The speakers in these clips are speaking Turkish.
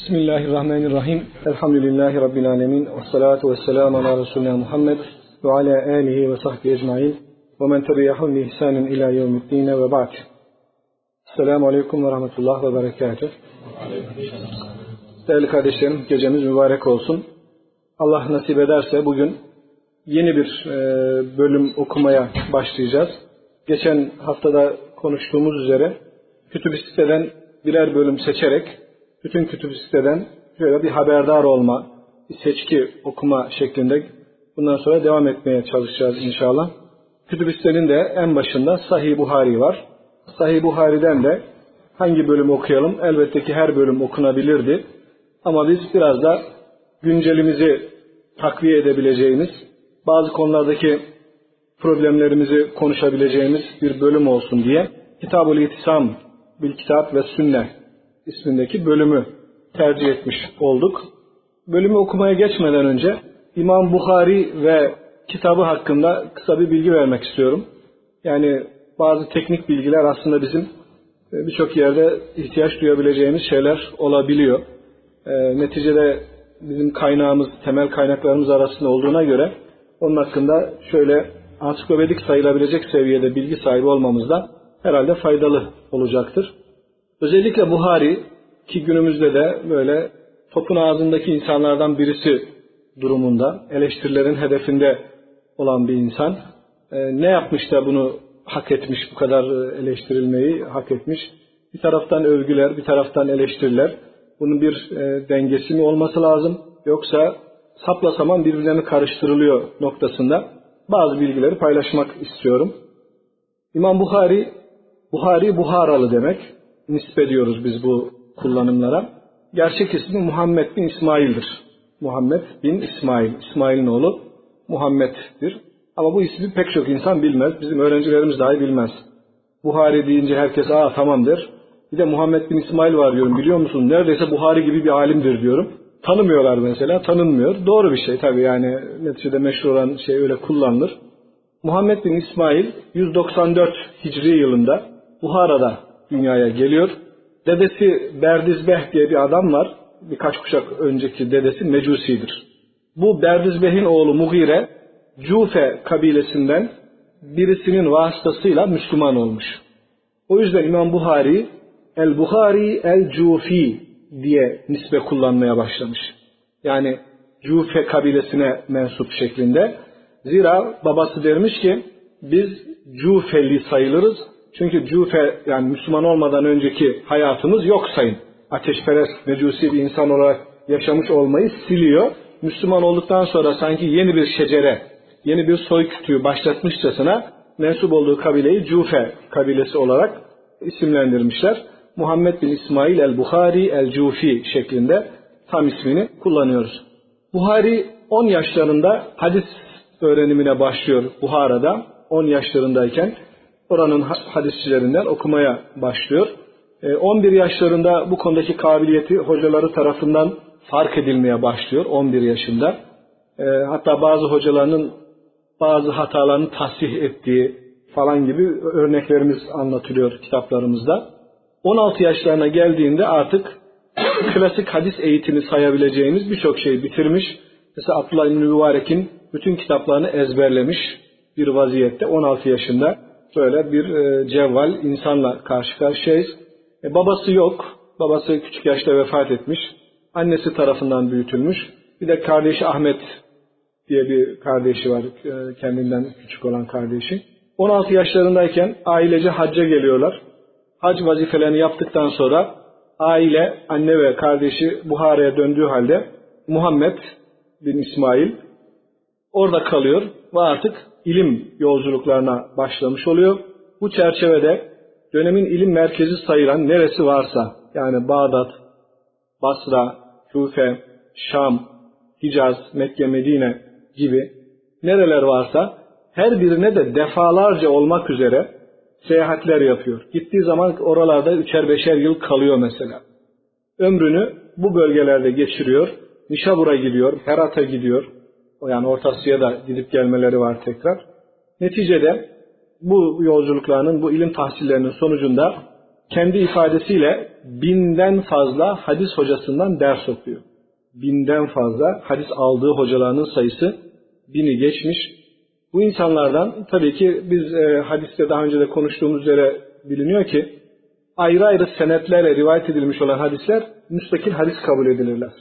Bismillahirrahmanirrahim. Elhamdülillahi Rabbil alemin. Vessalatu vesselamu ala Resulina Muhammed ve ala alihi ve sahbihi ecmain. Ve men tebi'ahum bi ihsanin ila yevmiddin ve ba'd. Esselamu aleyküm ve rahmetullah ve berekatuhu. Değerli kardeşlerim, gecemiz mübarek olsun. Allah nasip ederse bugün yeni bir bölüm okumaya başlayacağız. Geçen haftada konuştuğumuz üzere kütüb-i siteden birer bölüm seçerek bütün kütüb-i siteden şöyle bir haberdar olma, bir seçki okuma şeklinde bundan sonra devam etmeye çalışacağız inşallah. Kütüb-i sitenin de en başında Sahih Buhari var. Sahih Buhari'den de hangi bölüm okuyalım? Elbette ki her bölüm okunabilirdi. Ama biz biraz da güncelimizi takviye edebileceğimiz, bazı konulardaki problemlerimizi konuşabileceğimiz bir bölüm olsun diye Kitab-ül İtisam bil Kitap ve Sünne ismindeki bölümü tercih etmiş olduk. Bölümü okumaya geçmeden önce İmam Buhari ve kitabı hakkında kısa bir bilgi vermek istiyorum. Yani bazı teknik bilgiler aslında bizim birçok yerde ihtiyaç duyabileceğimiz şeyler olabiliyor. Neticede bizim kaynağımız, temel kaynaklarımız arasında olduğuna göre onun hakkında şöyle ansiklopedik sayılabilecek seviyede bilgi sahibi olmamız da herhalde faydalı olacaktır. Özellikle Buhari ki günümüzde de böyle topun ağzındaki insanlardan birisi durumunda, eleştirilerin hedefinde olan bir insan. Ne yapmış da bunu hak etmiş, bu kadar eleştirilmeyi hak etmiş? Bir taraftan övgüler, bir taraftan eleştiriler. Bunun bir dengesi mi olması lazım? Yoksa sapla saman birbirlerine karıştırılıyor noktasında bazı bilgileri paylaşmak istiyorum. İmam Buhari, Buharalı demek. Nispet ediyoruz biz bu kullanımlara. Gerçek ismi Muhammed bin İsmail'dir. Muhammed bin İsmail. İsmail'in oğlu Muhammed'dir. Ama bu ismi pek çok insan bilmez. Bizim öğrencilerimiz dahi bilmez. Buhari deyince herkes tamam der. Bir de Muhammed bin İsmail var diyorum, biliyor musun? Neredeyse Buhari gibi bir alimdir diyorum. Tanımıyorlar mesela, tanınmıyor. Doğru bir şey tabii, yani neticede meşhur olan şey öyle kullanılır. Muhammed bin İsmail 194 Hicri yılında Buhara'da dünyaya geliyor. Dedesi Berdizbeh diye bir adam var. Birkaç kuşak önceki dedesi Mecusi'dir. Bu Berdizbeh'in oğlu Mughire, Cufe kabilesinden birisinin vasıtasıyla Müslüman olmuş. O yüzden İmam Buhari, El-Buhari El-Cufi diye nisbe kullanmaya başlamış. Yani Cufe kabilesine mensup şeklinde. Zira babası dermiş ki biz Cufeli sayılırız. Çünkü Cufe, yani Müslüman olmadan önceki hayatımız yok sayın. Ateşperest, mecusi bir insan olarak yaşamış olmayı siliyor. Müslüman olduktan sonra sanki yeni bir şecere, yeni bir soy kütüğü başlatmışçasına mensup olduğu kabileyi Cufe kabilesi olarak isimlendirmişler. Muhammed bin İsmail el-Buhari el-Cufi şeklinde tam ismini kullanıyoruz. Buhari 10 yaşlarında hadis öğrenimine başlıyor Buhara'da. 10 yaşlarındayken oranın hadisçilerinden okumaya başlıyor. 11 yaşlarında bu konudaki kabiliyeti hocaları tarafından fark edilmeye başlıyor 11 yaşında. Hatta bazı hocalarının bazı hatalarını tasih ettiği falan gibi örneklerimiz anlatılıyor kitaplarımızda. 16 yaşlarına geldiğinde artık klasik hadis eğitimi sayabileceğimiz birçok şey bitirmiş. Mesela Abdullah İbn Mübarek'in bütün kitaplarını ezberlemiş bir vaziyette 16 yaşında böyle bir cevval insanla karşı karşıyayız. Babası yok. Babası küçük yaşta vefat etmiş. Annesi tarafından büyütülmüş. Bir de kardeşi Ahmet diye bir kardeşi var. Kendinden küçük olan kardeşi. 16 yaşlarındayken ailece hacca geliyorlar. Hac vazifelerini yaptıktan sonra aile, anne ve kardeşi Buhara'ya döndüğü halde Muhammed bin İsmail orada kalıyor ve artık ilim yolculuklarına başlamış oluyor. Bu çerçevede dönemin ilim merkezi sayılan neresi varsa, yani Bağdat, Basra, Küfe, Şam, Hicaz, Mekke, Medine gibi nereler varsa her birine de defalarca olmak üzere seyahatler yapıyor. Gittiği zaman oralarda 3'er 5'er yıl kalıyor mesela. Ömrünü bu bölgelerde geçiriyor. Nişabur'a gidiyor, Herat'a gidiyor. Yani Orta Asya'ya da gidip gelmeleri var tekrar. Neticede bu yolculuklarının, bu ilim tahsillerinin sonucunda kendi ifadesiyle 1000'den fazla hadis hocasından ders okuyor. 1000'den fazla hadis aldığı hocalarının sayısı 1000'i geçmiş. Bu insanlardan tabii ki biz hadiste daha önce de konuştuğumuz üzere biliniyor ki ayrı ayrı senetlerle rivayet edilmiş olan hadisler müstakil hadis kabul edilirler.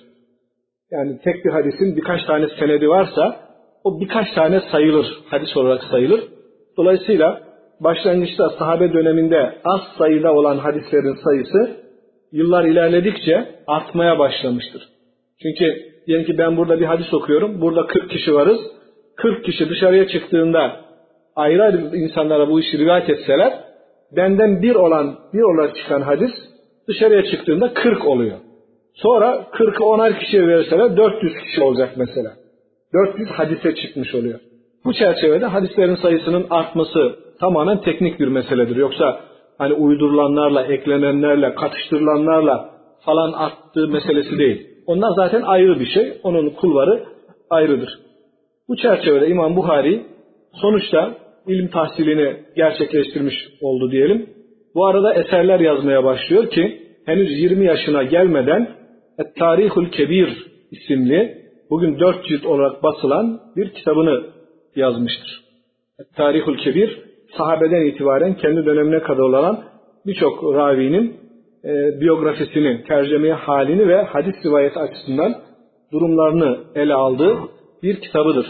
Yani tek bir hadisin birkaç tane senedi varsa o birkaç tane sayılır, hadis olarak sayılır. Dolayısıyla başlangıçta sahabe döneminde az sayıda olan hadislerin sayısı yıllar ilerledikçe artmaya başlamıştır. Çünkü diyelim ki ben burada bir hadis okuyorum, burada 40 kişi varız. 40 kişi dışarıya çıktığında ayrı ayrı insanlara bu işi rivayet etseler, benden bir olarak çıkan hadis dışarıya çıktığında 40 oluyor. Sonra 40'ı 10'ar kişiye verirseler 400 kişi olacak mesela. 400 hadise çıkmış oluyor. Bu çerçevede hadislerin sayısının artması tamamen teknik bir meseledir. Yoksa hani uydurulanlarla, eklenenlerle, katıştırılanlarla falan arttığı meselesi değil. Onlar zaten ayrı bir şey. Onun kulvarı ayrıdır. Bu çerçevede İmam Buhari sonuçta ilim tahsilini gerçekleştirmiş oldu diyelim. Bu arada eserler yazmaya başlıyor ki henüz 20 yaşına gelmeden Et-Tarihul Kebir isimli bugün 4 cilt olarak basılan bir kitabını yazmıştır. Et-Tarihul Kebir sahabeden itibaren kendi dönemine kadar olan birçok ravinin biyografisini, tercemeye halini ve hadis rivayeti açısından durumlarını ele aldığı bir kitabıdır.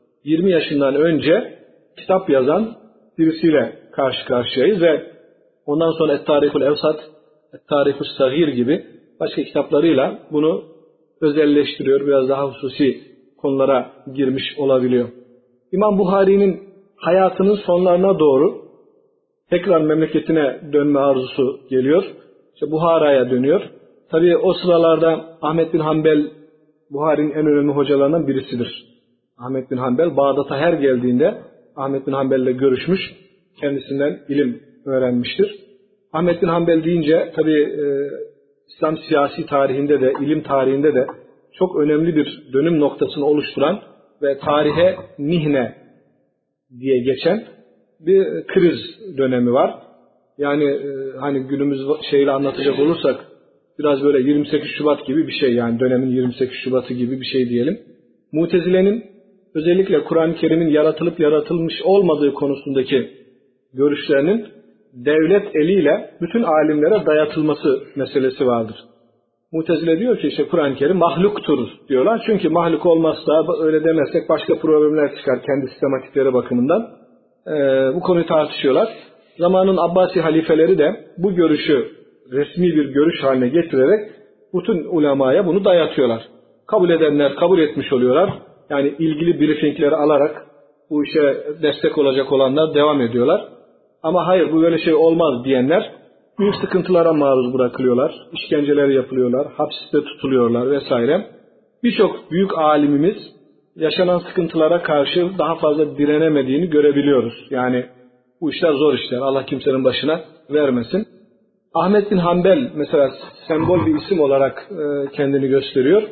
20 yaşından önce kitap yazan birisiyle karşı karşıyayız ve ondan sonra Et-Tarihul Evsat, Et-Tarihul Sagir gibi başka kitaplarıyla bunu özelleştiriyor, biraz daha hususi konulara girmiş olabiliyor. İmam Buhari'nin hayatının sonlarına doğru tekrar memleketine dönme arzusu geliyor. İşte Buhara'ya dönüyor. Tabii o sıralarda Ahmet bin Hanbel Buhari'nin en önemli hocalarından birisidir. Ahmet bin Hanbel Bağdat'a her geldiğinde Ahmet bin Hanbel'le görüşmüş, kendisinden ilim öğrenmiştir. Ahmet bin Hanbel deyince tabii İslam siyasi tarihinde de, ilim tarihinde de çok önemli bir dönüm noktasını oluşturan ve tarihe mihne diye geçen bir kriz dönemi var. Yani hani günümüz şeyle anlatacak olursak biraz böyle 28 Şubat gibi bir şey, yani dönemin 28 Şubat'ı gibi bir şey diyelim. Mutezile'nin özellikle Kur'an-ı Kerim'in yaratılıp yaratılmış olmadığı konusundaki görüşlerinin devlet eliyle bütün alimlere dayatılması meselesi vardır. Mutezile diyor ki işte Kur'an-ı Kerim mahluktur diyorlar. Çünkü mahluk olmazsa, öyle demezsek başka problemler çıkar kendi sistematikleri bakımından. Bu konuyu tartışıyorlar. Zamanın Abbasi halifeleri de bu görüşü resmi bir görüş haline getirerek bütün ulemaya bunu dayatıyorlar. Kabul edenler kabul etmiş oluyorlar. Yani ilgili briefingleri alarak bu işe destek olacak olanlar devam ediyorlar. Ama hayır bu böyle şey olmaz diyenler büyük sıkıntılara maruz bırakılıyorlar. İşkenceler yapılıyorlar, hapiste tutuluyorlar vesaire. Birçok büyük alimimiz yaşanan sıkıntılara karşı daha fazla direnemediğini görebiliyoruz. Yani bu işler zor işler. Allah kimsenin başına vermesin. Ahmet bin Hanbel mesela sembol bir isim olarak kendini gösteriyor.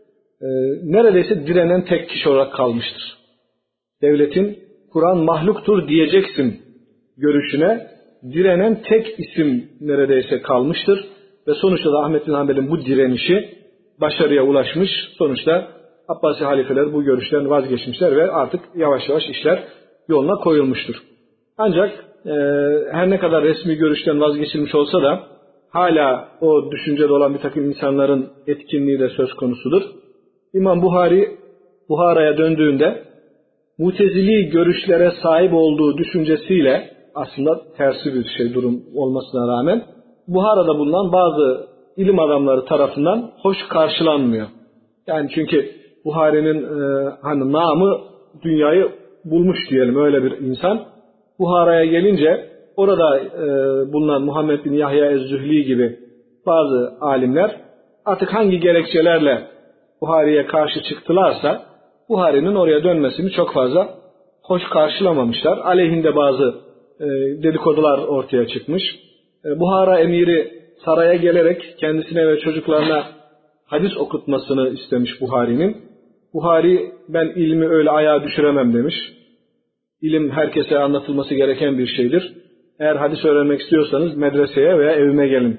Neredeyse direnen tek kişi olarak kalmıştır. Devletin Kur'an mahluktur diyeceksin görüşüne direnen tek isim neredeyse kalmıştır. Ve sonuçta da Ahmet bin Hanbel'in bu direnişi başarıya ulaşmış. Sonuçta Abbasi halifeler bu görüşten vazgeçmişler ve artık yavaş yavaş işler yoluna koyulmuştur. Ancak her ne kadar resmi görüşten vazgeçilmiş olsa da hala o düşüncede olan bir takım insanların etkinliği de söz konusudur. İmam Buhari Buhara'ya döndüğünde Mutezili görüşlere sahip olduğu düşüncesiyle aslında tersi bir şey durum olmasına rağmen Buhara'da bulunan bazı ilim adamları tarafından hoş karşılanmıyor. Yani çünkü Buhari'nin hani namı dünyayı bulmuş diyelim, öyle bir insan. Buhara'ya gelince orada bulunan Muhammed bin Yahya Ez-Zühli gibi bazı alimler artık hangi gerekçelerle Buhari'ye karşı çıktılarsa Buhari'nin oraya dönmesini çok fazla hoş karşılamamışlar. Aleyhinde bazı dedikodular ortaya çıkmış. Buhara emiri saraya gelerek kendisine ve çocuklarına hadis okutmasını istemiş Buhari'nin. Buhari ben ilmi öyle ayağa düşüremem demiş. İlim herkese anlatılması gereken bir şeydir. Eğer hadis öğrenmek istiyorsanız medreseye veya evime gelin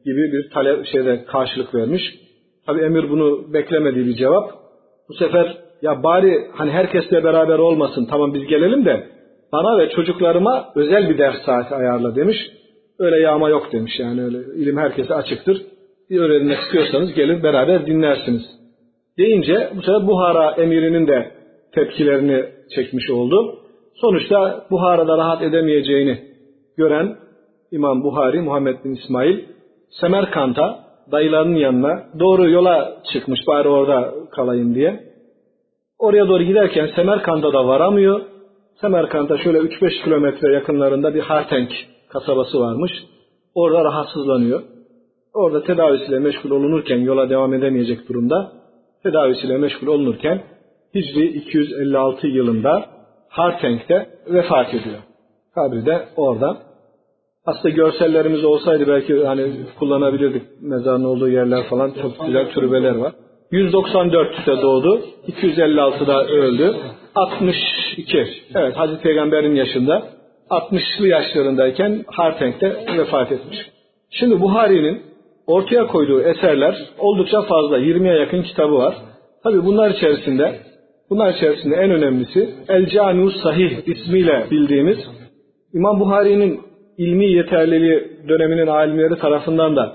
gibi bir karşılık vermiş. Tabi emir bunu beklemediği bir cevap. Bu sefer ya bari hani herkesle beraber olmasın, tamam biz gelelim de bana ve çocuklarıma özel bir ders saati ayarla demiş. Öyle yağma yok demiş, yani öyle ilim herkese açıktır. Bir öğrenmek istiyorsanız gelin beraber dinlersiniz deyince bu sefer Buhara emirinin de tepkilerini çekmiş oldu. Sonuçta Buhara'da rahat edemeyeceğini gören İmam Buhari, Muhammed bin İsmail, Semerkant'a, dayılarının yanına doğru yola çıkmış, bari orada kalayım diye. Oraya doğru giderken Semerkant'a da varamıyor. Semerkant'a şöyle 3-5 kilometre yakınlarında bir Hartenk kasabası varmış. Orada rahatsızlanıyor. Orada tedavisiyle meşgul olunurken, yola devam edemeyecek durumda, tedavisiyle meşgul olunurken Hicri 256 yılında Hartenk'te vefat ediyor. Kabri de orada. Aslında görsellerimiz olsaydı belki hani kullanabilirdik, mezarın olduğu yerler falan, çok güzel türbeler var. 194'te doğdu, 256'da öldü. 62, evet, Hazreti Peygamber'in yaşında, 60'lı yaşlarındayken Hartenk'te vefat etmiş. Şimdi Buhari'nin ortaya koyduğu eserler oldukça fazla, 20'ye yakın kitabı var. Tabii bunlar içerisinde en önemlisi El-Cami'us Sahih ismiyle bildiğimiz, İmam Buhari'nin ilmi yeterliliği döneminin alimleri tarafından da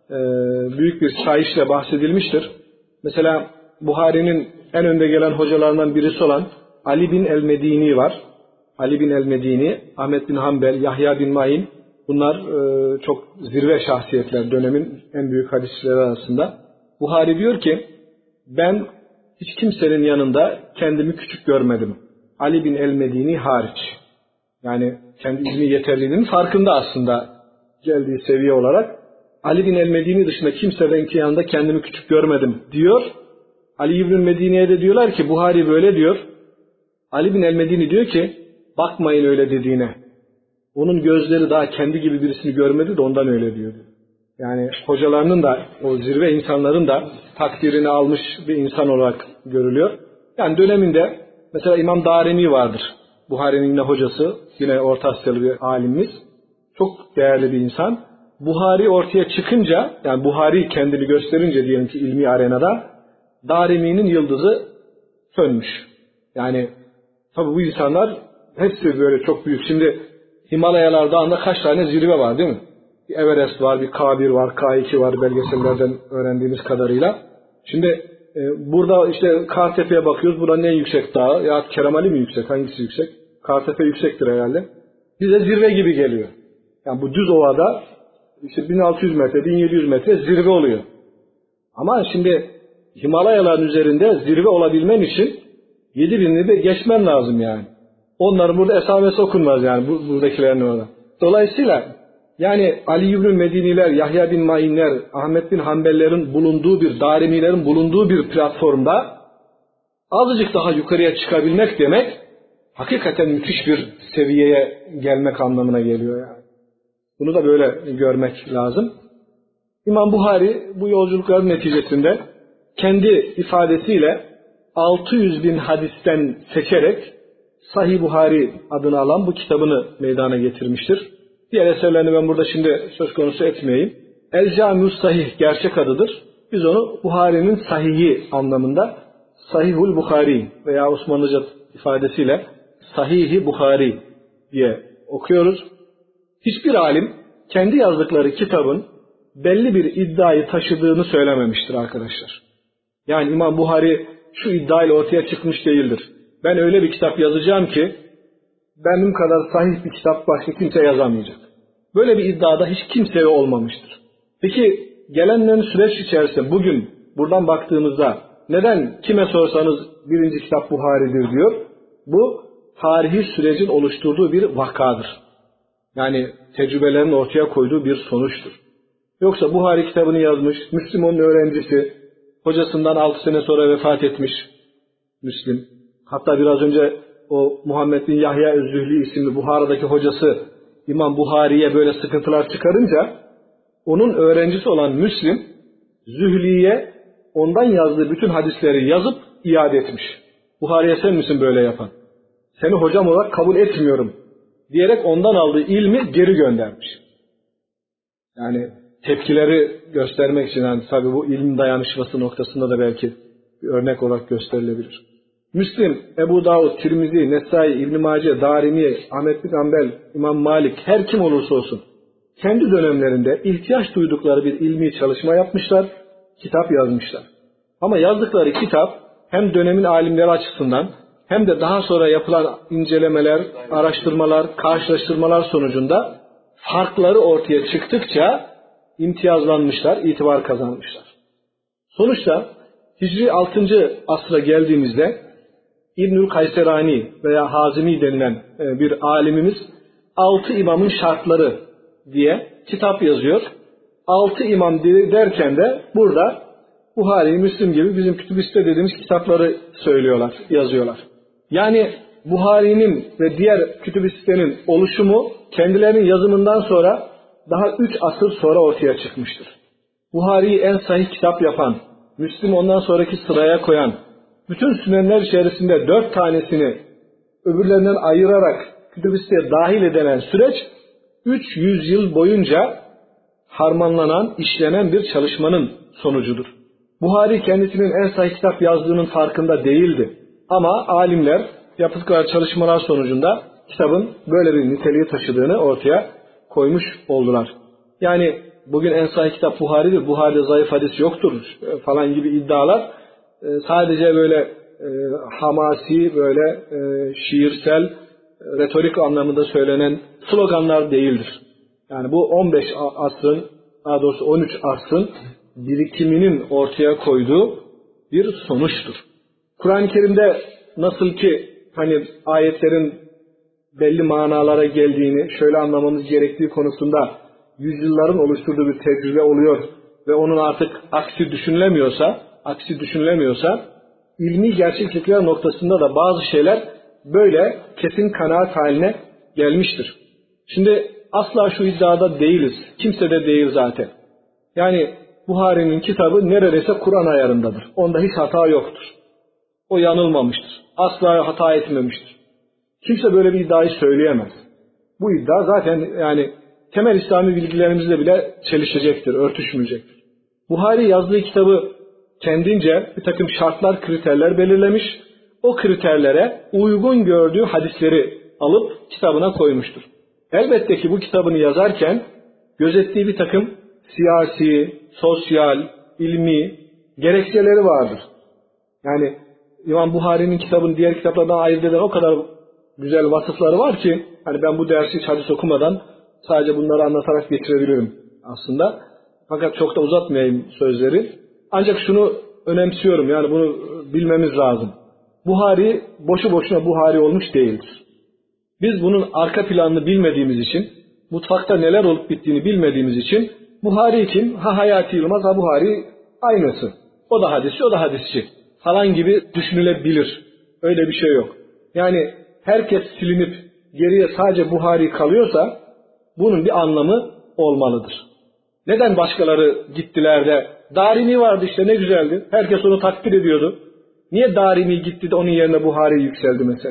büyük bir sayışla bahsedilmiştir. Mesela Buhari'nin en önde gelen hocalarından birisi olan Ali bin el-Medini var. Ali bin el-Medini, Ahmet bin Hanbel, Yahya bin Ma'in, bunlar çok zirve şahsiyetler dönemin en büyük hadisçileri arasında. Buhari diyor ki, ben hiç kimsenin yanında kendimi küçük görmedim, Ali bin el-Medini hariç. Yani kendi ilmi yeterliliğinin farkında aslında geldiği seviye olarak. Ali bin el-Medini dışında kimseninki yanında kendimi küçük görmedim diyor. Ali İbn Medine'ye de diyorlar ki Buhari böyle diyor. Ali bin el-Medini diyor ki bakmayın öyle dediğine. Onun gözleri daha kendi gibi birisini görmedi de ondan öyle diyor. Yani hocalarının da, o zirve insanların da takdirini almış bir insan olarak görülüyor. Yani döneminde mesela İmam Darimi vardır. Buhari'nin yine hocası, yine Orta Asyalı bir alimimiz. Çok değerli bir insan. Buhari ortaya çıkınca, yani Buhari kendini gösterince diyelim ki ilmi arenada, Darimi'nin yıldızı sönmüş. Yani tabi bu insanlar hepsi böyle çok büyük. Şimdi Himalayalar Dağı'nda kaç tane zirve var değil mi? Bir Everest var, bir K1 var, K2 var belgesellerden öğrendiğimiz kadarıyla. Şimdi burada işte Kartepe'ye bakıyoruz. Buranın en yüksek dağı. Ya Keramali mi yüksek? Hangisi yüksek? Kartepe yüksektir herhalde. Bize zirve gibi geliyor. Yani bu düz ovada işte 1600 metre, 1700 metre zirve oluyor. Ama şimdi Himalayaların üzerinde zirve olabilmen için 7000'i de geçmen lazım yani. Onların burada esamesi okunmaz yani buradakilerin orada. Dolayısıyla yani Ali İbn Mediniler, Yahya bin Ma'inler, Ahmet bin Hanbellerin bulunduğu bir, Darimilerin bulunduğu bir platformda azıcık daha yukarıya çıkabilmek demek hakikaten müthiş bir seviyeye gelmek anlamına geliyor yani. Bunu da böyle görmek lazım. İmam Buhari bu yolculukların neticesinde kendi ifadesiyle 600 bin hadisten seçerek Sahih Buhari adını alan bu kitabını meydana getirmiştir. Diğer eserlerini ben burada şimdi söz konusu etmeyeyim. El-Cami'us Sahih gerçek adıdır. Biz onu Buhari'nin sahihi anlamında Sahihul Buhari veya Osmanlıca ifadesiyle Sahih-i Buhari diye okuyoruz. Hiçbir alim kendi yazdıkları kitabın belli bir iddiayı taşıdığını söylememiştir arkadaşlar. Yani İmam Buhari şu iddiayla ortaya çıkmış değildir. Ben öyle bir kitap yazacağım ki benim kadar sahih bir kitap başka kimse yazamayacak. Böyle bir iddiada hiç kimseye olmamıştır. Peki gelenlerin süreç içerisinde bugün buradan baktığımızda neden kime sorsanız birinci kitap Buhari'dir diyor? Bu tarihi sürecin oluşturduğu bir vakadır. Yani tecrübelerin ortaya koyduğu bir sonuçtur. Yoksa Buhari kitabını yazmış, Müslim onun öğrencisi, hocasından 6 sene sonra vefat etmiş Müslim. Hatta biraz önce o Muhammed bin Yahya Ez-Zühli isimli Buhara'daki hocası İmam Buhari'ye böyle sıkıntılar çıkarınca onun öğrencisi olan Müslim Zühli'ye ondan yazdığı bütün hadisleri yazıp iade etmiş. Buhari'ye sen misin böyle yapan? Seni hocam olarak kabul etmiyorum diyerek ondan aldığı ilmi geri göndermiş. Yani tepkileri göstermek için, yani tabii bu ilim dayanışması noktasında da belki bir örnek olarak gösterilebilir. Müslim, Ebu Davud, Tirmizi, Nesai, İbn Mace, Darimi, Ahmet bin Hanbel, İmam Malik, her kim olursa olsun kendi dönemlerinde ihtiyaç duydukları bir ilmi çalışma yapmışlar, kitap yazmışlar. Ama yazdıkları kitap hem dönemin alimleri açısından hem de daha sonra yapılan incelemeler, araştırmalar, karşılaştırmalar sonucunda farkları ortaya çıktıkça imtiyazlanmışlar, itibar kazanmışlar. Sonuçta Hicri 6. asra geldiğimizde İbnül Kayserani veya Hazimi denilen bir alimimiz 6 imamın şartları diye kitap yazıyor. 6 imam derken de burada Buhari, Müslim gibi bizim Kütüb-i Sitte dediğimiz kitapları söylüyorlar, yazıyorlar. Yani Buhari'nin ve diğer Kütüb-i Sitte'nin oluşumu kendilerinin yazımından sonra daha 3 asır sonra ortaya çıkmıştır. Buhari'yi en sahih kitap yapan, Müslim ondan sonraki sıraya koyan, bütün sünenler içerisinde 4 tanesini öbürlerinden ayırarak Kütüb-i Sitte'ye dahil edilen süreç 300 yıl boyunca harmanlanan, işlenen bir çalışmanın sonucudur. Buhari kendisinin en sahih kitap yazdığının farkında değildi. Ama alimler yaptıkları çalışmalar sonucunda kitabın böyle bir niteliği taşıdığını ortaya koymuş oldular. Yani bugün en sahih kitap Buhari'dir, Buhari'de zayıf hadis yoktur falan gibi iddialar sadece böyle hamasi, böyle şiirsel, retorik anlamında söylenen sloganlar değildir. Yani bu 15 asrın, daha doğrusu 13 asrın birikiminin ortaya koyduğu bir sonuçtur. Kur'an-ı Kerim'de nasıl ki hani ayetlerin belli manalara geldiğini, şöyle anlamamız gerektiği konusunda yüzyılların oluşturduğu bir tecrübe oluyor ve onun artık aksi düşünülemiyorsa, ilmi gerçeklikler noktasında da bazı şeyler böyle kesin kanaat haline gelmiştir. Şimdi asla şu iddiada değiliz. Kimse de değil zaten. Yani Buhari'nin kitabı neredeyse Kur'an ayarındadır. Onda hiç hata yoktur. O yanılmamıştır. Asla hata etmemiştir. Kimse böyle bir iddiayı söyleyemez. Bu iddia zaten yani temel İslami bilgilerimizle bile çelişecektir, örtüşmeyecektir. Buhari yazdığı kitabı kendince bir takım şartlar, kriterler belirlemiş. O kriterlere uygun gördüğü hadisleri alıp kitabına koymuştur. Elbette ki bu kitabını yazarken gözettiği bir takım siyasi, sosyal, ilmi gerekçeleri vardır. Yani İmam Buhari'nin kitabını diğer kitaplardan ayırt eden o kadar güzel vasıfları var ki hani ben bu dersi hiç hadis okumadan sadece bunları anlatarak geçirebilirim aslında. Fakat çok da uzatmayayım sözleri. Ancak şunu önemsiyorum, yani bunu bilmemiz lazım. Buhari boşu boşuna Buhari olmuş değildir. Biz bunun arka planını bilmediğimiz için, mutfakta neler olup bittiğini bilmediğimiz için Buhari kim? Ha Hayati Yılmaz, ha Buhari aynısı. O da hadisçi, o da hadisçi falan gibi düşünülebilir. Öyle bir şey yok. Yani herkes silinip geriye sadece Buhari kalıyorsa bunun bir anlamı olmalıdır. Neden başkaları gittiler de Darimi vardı işte ne güzeldi. Herkes onu takdir ediyordu. Niye Darimi gitti de onun yerine Buhari yükseldi mesela?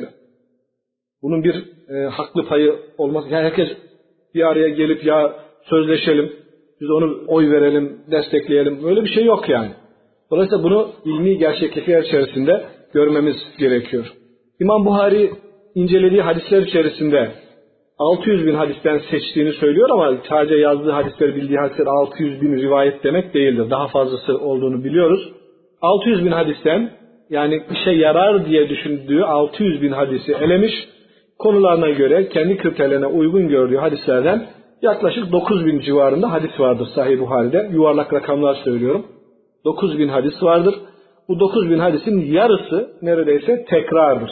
Bunun bir haklı payı olmaz. Yani herkes bir araya gelip ya sözleşelim, biz onu oy verelim, destekleyelim. Böyle bir şey yok yani. Dolayısıyla bunu ilmi gerçeklikler içerisinde görmemiz gerekiyor. İmam Buhari incelediği hadisler içerisinde 600 bin hadisten seçtiğini söylüyor ama sadece yazdığı hadisleri, bildiği hadisler 600 bin rivayet demek değildir. Daha fazlası olduğunu biliyoruz. 600 bin hadisten, yani işe yarar diye düşündüğü 600 bin hadisi elemiş. Konularına göre kendi kriterlerine uygun gördüğü hadislerden yaklaşık 9 bin civarında hadis vardır Sahih Buhari'de. Yuvarlak rakamlar söylüyorum. 9 bin hadis vardır. Bu 9 bin hadisin yarısı neredeyse tekrardır.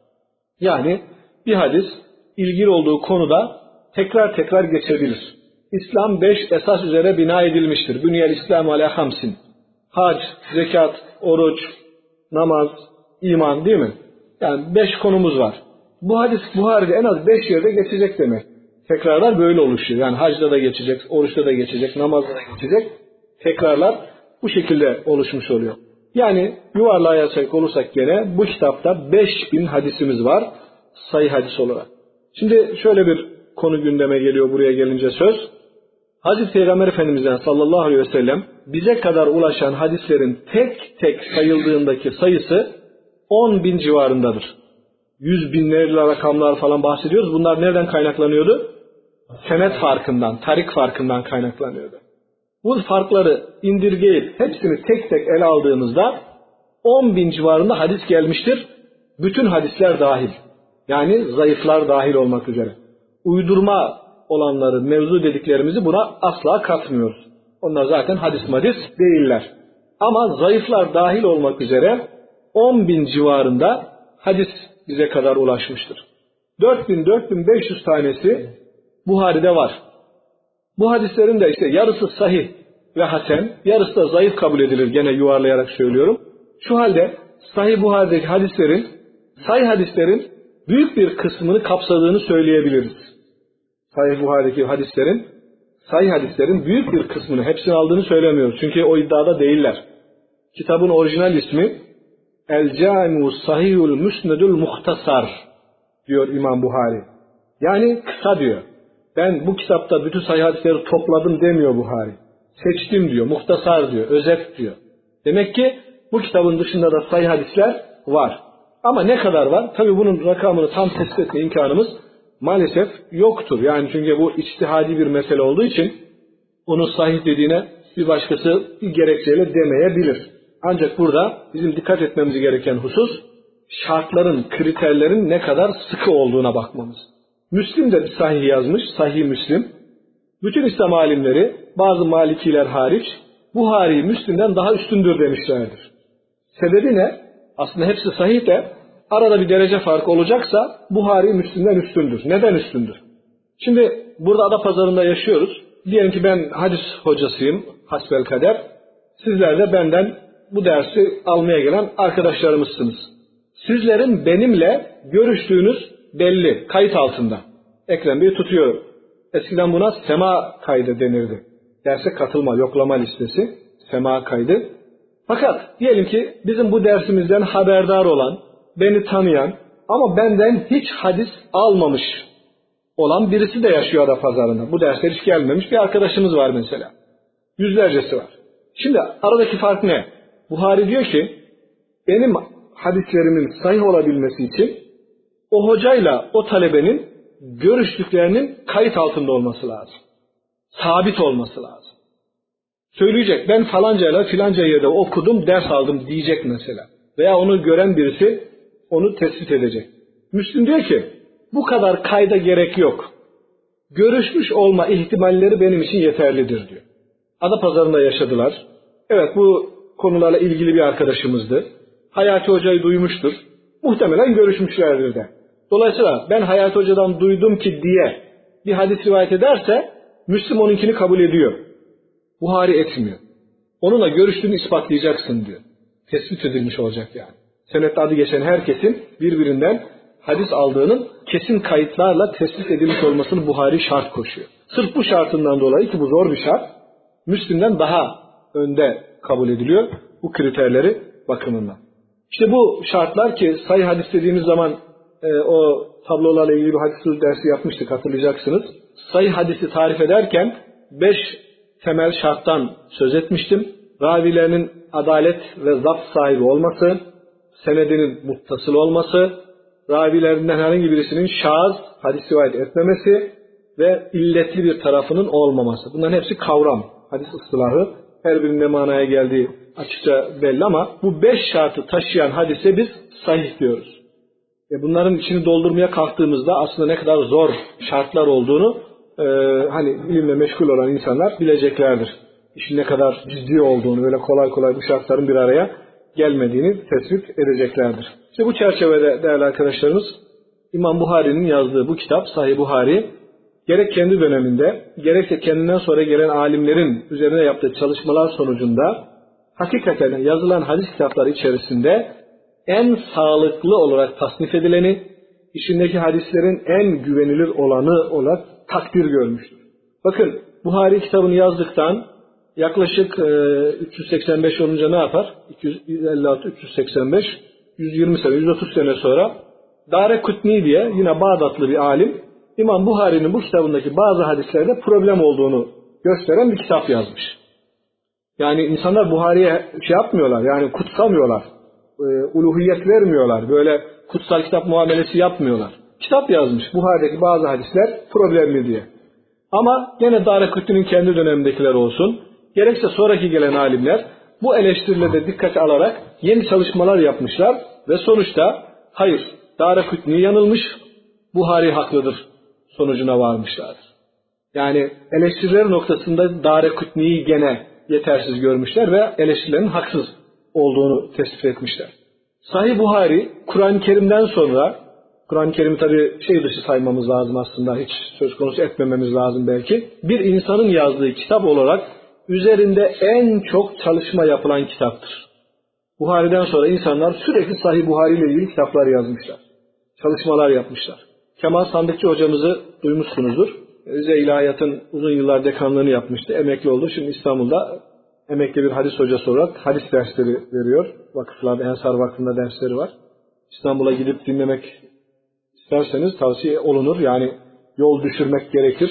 Yani bir hadis ilgili olduğu konuda tekrar tekrar geçebilir. İslam 5 esas üzere bina edilmiştir. Bünyel İslam ala hamsin. Hac, zekat, oruç, namaz, iman, değil mi? Yani 5 konumuz var. Bu hadis Buhari'de en az 5 yerde geçecek demek. Tekrarlar böyle oluşuyor. Yani hacda da geçecek, oruçta da geçecek, namazda da geçecek. Tekrarlar bu şekilde oluşmuş oluyor. Yani yuvarlığa yazacak olursak gene bu kitapta 5000 hadisimiz var sayı hadis olarak. Şimdi şöyle bir konu gündeme geliyor buraya gelince söz. Hazreti Peygamber Efendimiz'den sallallahu aleyhi ve sellem bize kadar ulaşan hadislerin tek tek sayıldığındaki sayısı 10.000 civarındadır. 100.000'lerle rakamlar falan bahsediyoruz. Bunlar nereden kaynaklanıyordu? Senet farkından, tarik farkından kaynaklanıyordu. Bu farkları indirgeyip hepsini tek tek ele aldığımızda 10.000 civarında hadis gelmiştir. Bütün hadisler dahil. Yani zayıflar dahil olmak üzere. Uydurma olanları, mevzu dediklerimizi buna asla katmıyoruz. Onlar zaten hadis değiller. Ama zayıflar dahil olmak üzere 10.000 civarında hadis bize kadar ulaşmıştır. 4.000-4.500 tanesi Buhari'de var. Bu hadislerin de işte yarısı sahih ve hasen, yarısı da zayıf kabul edilir, gene yuvarlayarak söylüyorum. Şu halde Sahih Buhari'deki hadislerin, sahih hadislerin büyük bir kısmını kapsadığını söyleyebiliriz. Sahih Buhari'deki hadislerin, sahih hadislerin büyük bir kısmını, hepsini aldığını söylemiyoruz. Çünkü o iddiada değiller. Kitabın orijinal ismi El-Câmi'u Sahihul Müsnedül Muhtasar diyor İmam Buhari. Yani kısa diyor. Ben bu kitapta bütün sahih hadisleri topladım demiyor Buhari. Seçtim diyor, muhtasar diyor, özet diyor. Demek ki bu kitabın dışında da sahih hadisler var. Ama ne kadar var? Tabii bunun rakamını tam tespit etme imkanımız maalesef yoktur. Yani çünkü bu içtihadi bir mesele olduğu için onun sahih dediğine bir başkası bir gerekçeyle demeyebilir. Ancak burada bizim dikkat etmemiz gereken husus şartların, kriterlerin ne kadar sıkı olduğuna bakmamız. Müslim de bir sahih yazmış, Sahih Müslim. Bütün İslam alimleri, bazı Malikiler hariç, Buhari Müslim'den daha üstündür demişlerdir. Sebebi ne? Aslında hepsi sahih de arada bir derece farkı olacaksa Buhari Müslim'den üstündür. Neden üstündür? Şimdi burada Adapazarı'nda yaşıyoruz. Diyelim ki ben hadis hocasıyım, hasbelkader. Sizler de benden bu dersi almaya gelen arkadaşlarımızsınız. Sizlerin benimle görüştüğünüz belli, kayıt altında. Ekrem Bey tutuyor. Eskiden buna sema kaydı denirdi. Derse katılma, yoklama listesi, sema kaydı. Fakat diyelim ki bizim bu dersimizden haberdar olan, beni tanıyan ama benden hiç hadis almamış olan birisi de yaşıyor Adapazarı'nda. Bu derse hiç gelmemiş bir arkadaşımız var mesela. Yüzlercesi var. Şimdi aradaki fark ne? Buhari diyor ki benim hadislerimin sahih olabilmesi için o hocayla o talebenin görüştüklerinin kayıt altında olması lazım. Sabit olması lazım. Söyleyecek, ben falancayla filanca yerde okudum, ders aldım diyecek mesela. Veya onu gören birisi onu tespit edecek. Müslim diyor ki bu kadar kayda gerek yok. Görüşmüş olma ihtimalleri benim için yeterlidir diyor. Adapazarı'nda yaşadılar. Evet, bu konularla ilgili bir arkadaşımızdı. Hayati Hoca'yı duymuştur. Muhtemelen görüşmüşlerdir de. Dolayısıyla ben Hayati Hoca'dan duydum ki diye bir hadis rivayet ederse Müslim onunkini kabul ediyor. Buhari etmiyor. Onunla görüştüğünü ispatlayacaksın diyor. Tespit edilmiş olacak yani. Senette adı geçen herkesin birbirinden hadis aldığının kesin kayıtlarla tespit edilmiş olmasını Buhari şart koşuyor. Sırf bu şartından dolayı ki bu zor bir şart, Müslim'den daha önde kabul ediliyor bu kriterleri bakımından. İşte bu şartlar ki sahih hadis dediğimiz zaman o tablolarla ilgili bir hadis dersi yapmıştık, hatırlayacaksınız. Sahih hadisi tarif ederken 5 temel şarttan söz etmiştim. Ravilerinin adalet ve zapt sahibi olması, senedinin muttasıl olması, ravilerinden herhangi birisinin şaz, hadis rivayet etmemesi ve illetli bir tarafının olmaması. Bunların hepsi kavram, hadis ıstılahı. Her birinin ne manaya geldiği açıkça belli ama bu 5 şartı taşıyan hadise biz sahih diyoruz. Bunların içini doldurmaya kalktığımızda aslında ne kadar zor şartlar olduğunu hani ilimle meşgul olan insanlar bileceklerdir. İşin ne kadar ciddi olduğunu, öyle kolay kolay bu şartların bir araya gelmediğini tespit edeceklerdir. İşte bu çerçevede değerli arkadaşlarımız İmam Buhari'nin yazdığı bu kitap Sahih Buhari gerek kendi döneminde gerekse kendinden sonra gelen alimlerin üzerine yaptığı çalışmalar sonucunda hakikaten yazılan hadis kitapları içerisinde en sağlıklı olarak tasnif edileni, içindeki hadislerin en güvenilir olanı olarak takdir görmüştür. Bakın Buhari kitabını yazdıktan yaklaşık 385 olunca ne yapar? 256, 385, 120 sene, 130 sene sonra Darekutni diye yine Bağdatlı bir alim İmam Buhari'nin bu kitabındaki bazı hadislerde problem olduğunu gösteren bir kitap yazmış. Yani insanlar Buhari'ye şey yapmıyorlar, yani kutsamıyorlar, uluhiyet vermiyorlar, böyle kutsal kitap muamelesi yapmıyorlar. Kitap yazmış, Buhari'deki bazı hadisler problemli diye. Ama gene Daraqutni'nin kendi dönemindekiler olsun, gerekse sonraki gelen alimler bu eleştirileri de dikkate alarak yeni çalışmalar yapmışlar ve sonuçta hayır, Daraqutni yanılmış, Buhari haklıdır sonucuna varmışlardır. Yani eleştiriler noktasında Daraqutni'yi gene yetersiz görmüşler ve eleştirilerin haksız olduğunu tespit etmişler. Sahih Buhari, Kur'an-ı Kerim'den sonra, Kur'an-ı Kerim'i tabii şey dışı saymamız lazım aslında, hiç söz konusu etmememiz lazım belki. Bir insanın yazdığı kitap olarak üzerinde en çok çalışma yapılan kitaptır. Buhari'den sonra insanlar sürekli Sahih Buhari ile ilgili kitaplar yazmışlar. Çalışmalar yapmışlar. Kemal Sandıkçı hocamızı duymuşsunuzdur. Rize İlahiyat'ın uzun yıllar dekanlığını yapmıştı. Emekli oldu. Şimdi İstanbul'da emekli bir hadis hocası olarak hadis dersleri veriyor. Vakıflarda, Ensar Vakfı'nda dersleri var. İstanbul'a gidip dinlemek isterseniz tavsiye olunur. Yani yol düşürmek gerekir.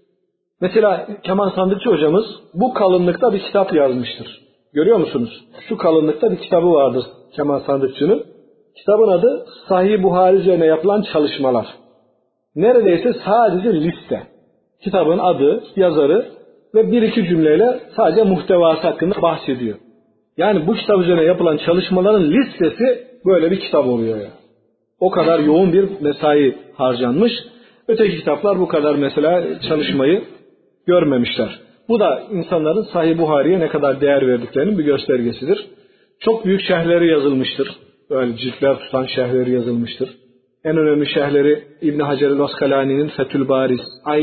Mesela Kemal Sandıkçı hocamız bu kalınlıkta bir kitap yazmıştır. Görüyor musunuz? Şu kalınlıkta bir kitabı vardır Kemal Sandıkçı'nın. Kitabın adı Sahih Buhari üzerine yapılan çalışmalar. Neredeyse sadece liste. Kitabın adı, yazarı ve bir iki cümleyle sadece muhtevası hakkında bahsediyor. Yani bu kitap üzerine yapılan çalışmaların listesi böyle bir kitap oluyor yani. O kadar yoğun bir mesai harcanmış. Öteki kitaplar bu kadar mesela çalışmayı görmemişler. Bu da insanların Sahih Buhari'ye ne kadar değer verdiklerinin bir göstergesidir. Çok büyük şerhleri yazılmıştır. Böyle ciltler tutan şerhleri yazılmıştır. En önemli şerhleri İbn Hacer el-Askalani'nin Fethül Bari,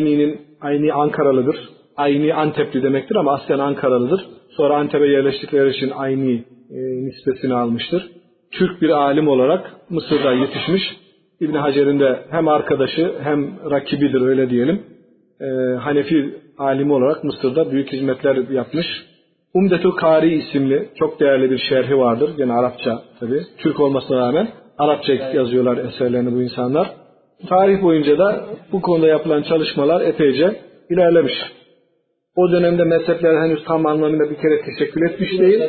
Ayni Ankaralıdır. Ayni Antepli demektir ama aslen Ankaralıdır. Sonra Antep'e yerleştikleri için Ayni nispesini almıştır. Türk bir alim olarak Mısır'da yetişmiş. İbn Hacer'in de hem arkadaşı hem rakibidir öyle diyelim. Hanefi alimi olarak Mısır'da büyük hizmetler yapmış. Umdetü Kari isimli çok değerli bir şerhi vardır. Yine Arapça tabii. Türk olmasına rağmen Arapça yazıyorlar eserlerini bu insanlar. Tarih boyunca da bu konuda yapılan çalışmalar epeyce ilerlemiş. O dönemde mezhepler henüz tam anlamıyla bir kere teşekkül etmiş değil.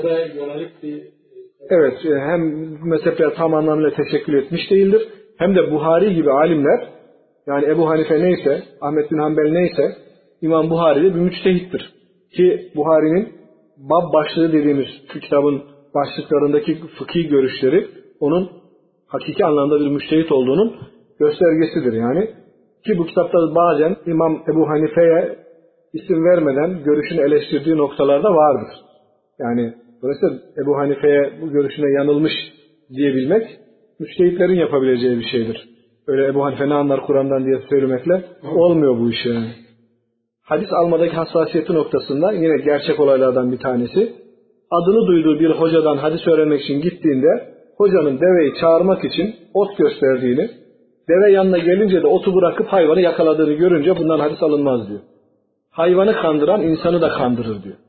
Evet, hem mezhepler tam anlamıyla teşekkül etmiş değildir. Hem de Buhari gibi alimler, yani Ebu Hanife neyse, Ahmet bin Hanbel neyse, İmam Buhari de bir müçtehittir. Ki Buhari'nin bab başlığı dediğimiz şu kitabın başlıklarındaki fıkhi görüşleri onun hakiki anlamda bir müçtehit olduğunun göstergesidir yani. Ki bu kitapta bazen İmam Ebu Hanife'ye isim vermeden görüşünü eleştirdiği noktalarda vardır. Yani dolayısıyla Ebu Hanife'ye bu görüşüne yanılmış diyebilmek müçtehitlerin yapabileceği bir şeydir. Öyle Ebu Hanife ne anlar Kur'an'dan diye söylemekle olmuyor bu iş yani. Hadis almadaki hassasiyeti noktasında yine gerçek olaylardan bir tanesi. Adını duyduğu bir hocadan hadis öğrenmek için gittiğinde hocanın deveyi çağırmak için ot gösterdiğini, deve yanına gelince de otu bırakıp hayvanı yakaladığını görünce bundan hadis alınmaz diyor. Hayvanı kandıran insanı da kandırır diyor.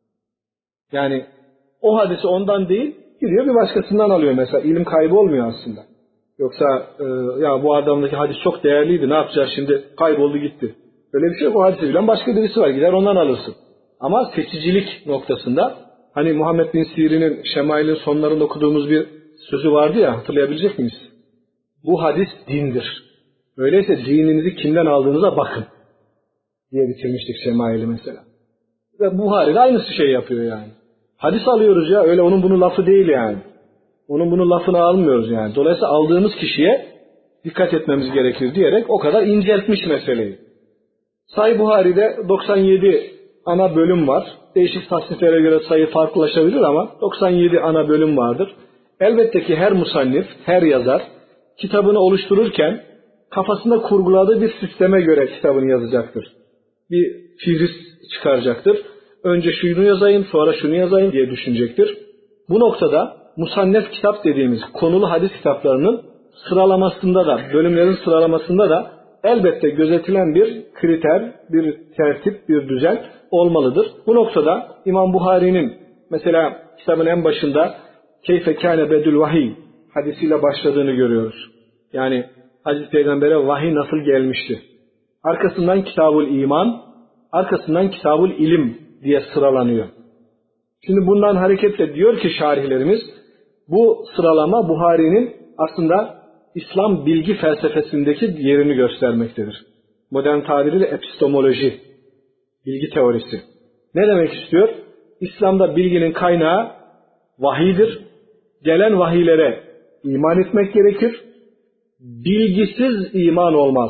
Yani o hadisi ondan değil, gidiyor bir başkasından alıyor mesela. İlim kaybı olmuyor aslında. Yoksa ya bu adamdaki hadis çok değerliydi, ne yapacağız şimdi, kayboldu gitti. Öyle bir şey yok. O hadisi bilen başka birisi var. Gider ondan alırsın. Ama seçicilik noktasında hani Muhammed bin Sirin'in Şemail'in sonlarında okuduğumuz bir sözü vardı ya, hatırlayabilecek miyiz? Bu hadis dindir. Öyleyse dininizi kimden aldığınıza bakın diye bitirmiştik Şemail'i mesela. Ve Buhari de aynısı şey yapıyor yani. Hadis alıyoruz ya, öyle onun bunun lafı değil yani. Onun bunun lafını almıyoruz yani. Dolayısıyla aldığımız kişiye dikkat etmemiz gerekir diyerek o kadar inceltmiş meseleyi. Sahih Buhari'de 97 ana bölüm var. Değişik tasniflere göre sayı farklılaşabilir ama 97 ana bölüm vardır. Elbette ki her musannif, her yazar kitabını oluştururken kafasında kurguladığı bir sisteme göre kitabını yazacaktır. Bir fihrist çıkaracaktır. Önce şunu yazayım, sonra şunu yazayım diye düşünecektir. Bu noktada musannef kitap dediğimiz konulu hadis kitaplarının sıralamasında da, bölümlerin sıralamasında da elbette gözetilen bir kriter, bir tertip, bir düzen olmalıdır. Bu noktada İmam Buhari'nin mesela kitabın en başında Keyfe kâne bedül vahiy hadisiyle başladığını görüyoruz. Yani Hazreti Peygamber'e vahiy nasıl gelmişti. Arkasından Kitabul İman, arkasından Kitabul İlim diye sıralanıyor. Şimdi bundan hareketle diyor ki şarihlerimiz, bu sıralama Buhari'nin aslında İslam bilgi felsefesindeki yerini göstermektedir. Modern tabiriyle epistemoloji, bilgi teorisi. Ne demek istiyor? İslam'da bilginin kaynağı vahiydir. Gelen vahiylere iman etmek gerekir. Bilgisiz iman olmaz.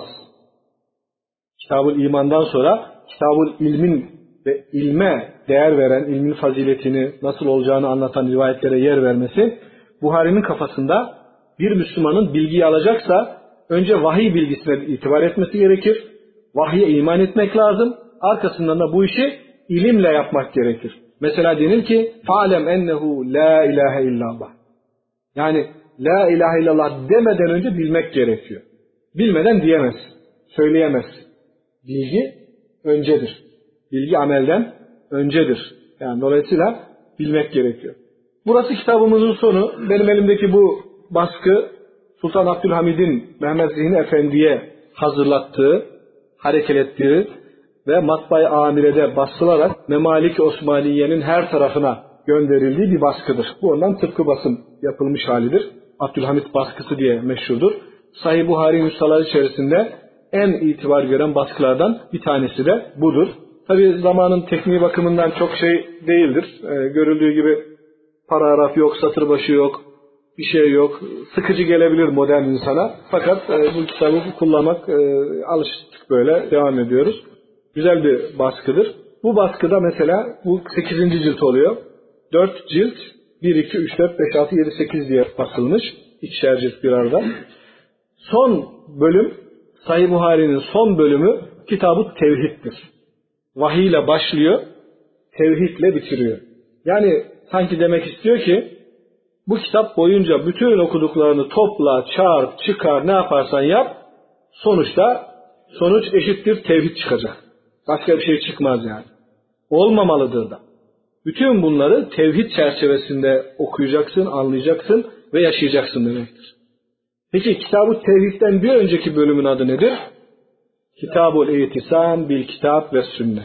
Kitab-ül İman'dan sonra Kitab-ül İlmin ve ilme değer veren, ilmin faziletini nasıl olacağını anlatan rivayetlere yer vermesi, Buhari'nin kafasında bir Müslümanın bilgiyi alacaksa önce vahiy bilgisine itibar etmesi gerekir. Vahye iman etmek lazım. Arkasından da bu işi ilimle yapmak gerekir. Mesela denir ki فَعَلَمْ اَنَّهُ لَا اِلَٰهَ illallah. Yani la ilahe illallah demeden önce bilmek gerekiyor. Bilmeden diyemez, söyleyemez. Bilgi öncedir. Bilgi amelden öncedir. Yani dolayısıyla bilmek gerekiyor. Burası kitabımızın sonu. Benim elimdeki bu baskı Sultan Abdülhamid'in Mehmet Zihni Efendi'ye hazırlattığı, harekelettiği ve Matbaa-i Amire'de basılarak Memalik Osmaniye'nin her tarafına gönderildiği bir baskıdır. Bu ondan tıpkı basım yapılmış halidir. Abdülhamid baskısı diye meşhurdur. Sahih Buhari nüshaları içerisinde en itibar gören baskılardan bir tanesi de budur. Tabi zamanın tekniği bakımından çok şey değildir. Görüldüğü gibi paragraf yok, satır başı yok, bir şey yok. Sıkıcı gelebilir modern insana. Fakat bu kitabı kullanmak alıştık, böyle devam ediyoruz. Güzel bir baskıdır. Bu baskıda mesela bu 8. cilt oluyor. 4 cilt 1, 2, 3, 4, 5, 6, 7, 8 diye basılmış. İkişer cilt bir arada. Son bölüm, Sahih Buhari'nin son bölümü Kitab-ı Tevhid'dir. Vahiy ile başlıyor, tevhidle bitiriyor. Yani sanki demek istiyor ki bu kitap boyunca bütün okuduklarını topla, çarp, çıkar, ne yaparsan yap, sonuç eşittir tevhid çıkacak. Başka bir şey çıkmaz yani. Olmamalıdır da. Bütün bunları tevhid çerçevesinde okuyacaksın, anlayacaksın ve yaşayacaksın demektir. Peki Kitab-ı Tevhid'den bir önceki bölümün adı nedir? Kitab-ül İtisam bil Kitab ve Sünne.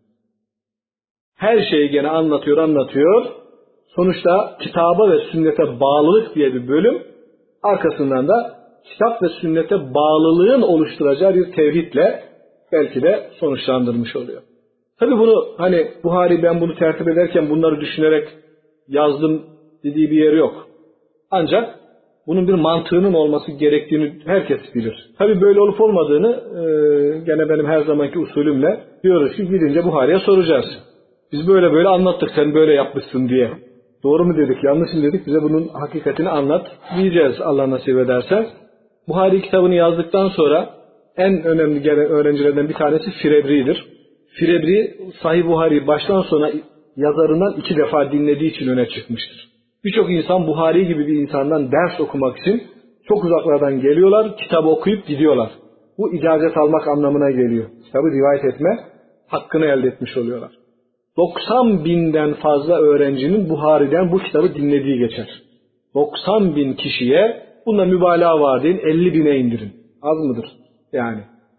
Her şeyi gene anlatıyor. Sonuçta kitaba ve sünnete bağlılık diye bir bölüm. Arkasından da kitap ve sünnete bağlılığın oluşturacağı bir tevhidle belki de sonuçlandırmış oluyor. Tabii bunu hani Buhari ben bunu tertip ederken bunları düşünerek yazdım dediği bir yer yok. Ancak bunun bir mantığının olması gerektiğini herkes bilir. Tabii böyle olup olmadığını gene benim her zamanki usulümle diyoruz ki gidince Buhari'ye soracağız. Biz böyle anlattık, sen böyle yapmışsın diye. Doğru mu dedik, yanlış mı dedik, bize bunun hakikatini anlat diyeceğiz Allah nasip ederse. Buhari kitabını yazdıktan sonra en önemli gelen öğrencilerden bir tanesi Firebri'dir. Firebri Sahih Buhari baştan sona yazarından 2 defa dinlediği için öne çıkmıştır. Birçok insan Buhari gibi bir insandan ders okumak için çok uzaklardan geliyorlar, kitabı okuyup gidiyorlar. Bu icazet almak anlamına geliyor. Kitabı rivayet etme hakkını elde etmiş oluyorlar. 90 binden fazla öğrencinin Buhari'den bu kitabı dinlediği geçer. 90 bin kişiye, bunda mübalağa var deyin, 50 bine indirin. Az mıdır? Yani.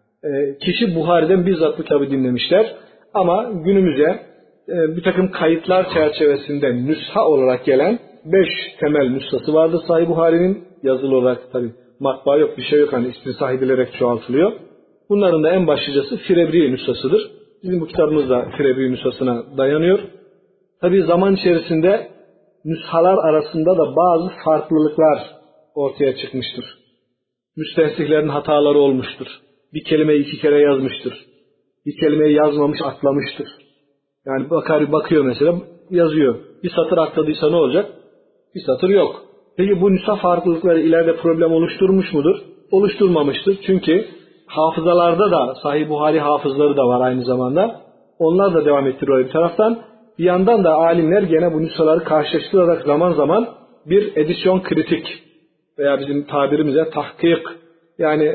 Kişi Buhari'den bizzat bu kitabı dinlemişler. Ama günümüze bir takım kayıtlar çerçevesinde nüsha olarak gelen 5 temel nüshası vardı Sahih Buhari'nin. Yazılı olarak tabi matbaa yok, bir şey yok, hani ismi sahih edilerek çoğaltılıyor. Bunların da en başlıcası Firebri nüshasıdır. Bizim bu kitabımız da Firebri nüshasına dayanıyor. Tabi zaman içerisinde nüshalar arasında da bazı farklılıklar ortaya çıkmıştır. Müstehsihlerin hataları olmuştur. Bir kelimeyi 2 kere yazmıştır. Bir kelimeyi yazmamış, atlamıştır. Yani bakıyor mesela, yazıyor. Bir satır atladıysa ne olacak? Bir satır yok. Peki bu nüsha farklılıkları ileride problem oluşturmuş mudur? Oluşturmamıştır. Çünkü hafızalarda da Sahih Buhari hafızları da var aynı zamanda. Onlar da devam ettiriyor bir taraftan. Bir yandan da alimler gene bu nüshaları karşılaştırarak zaman zaman bir edisyon kritik veya bizim tabirimizde tahkik, yani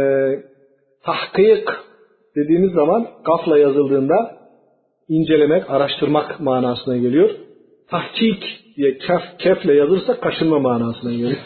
tahkik dediğimiz zaman gafla yazıldığında incelemek, araştırmak manasına geliyor. Tahkik diye kefle yazılırsa kaşınma manasına geliyor.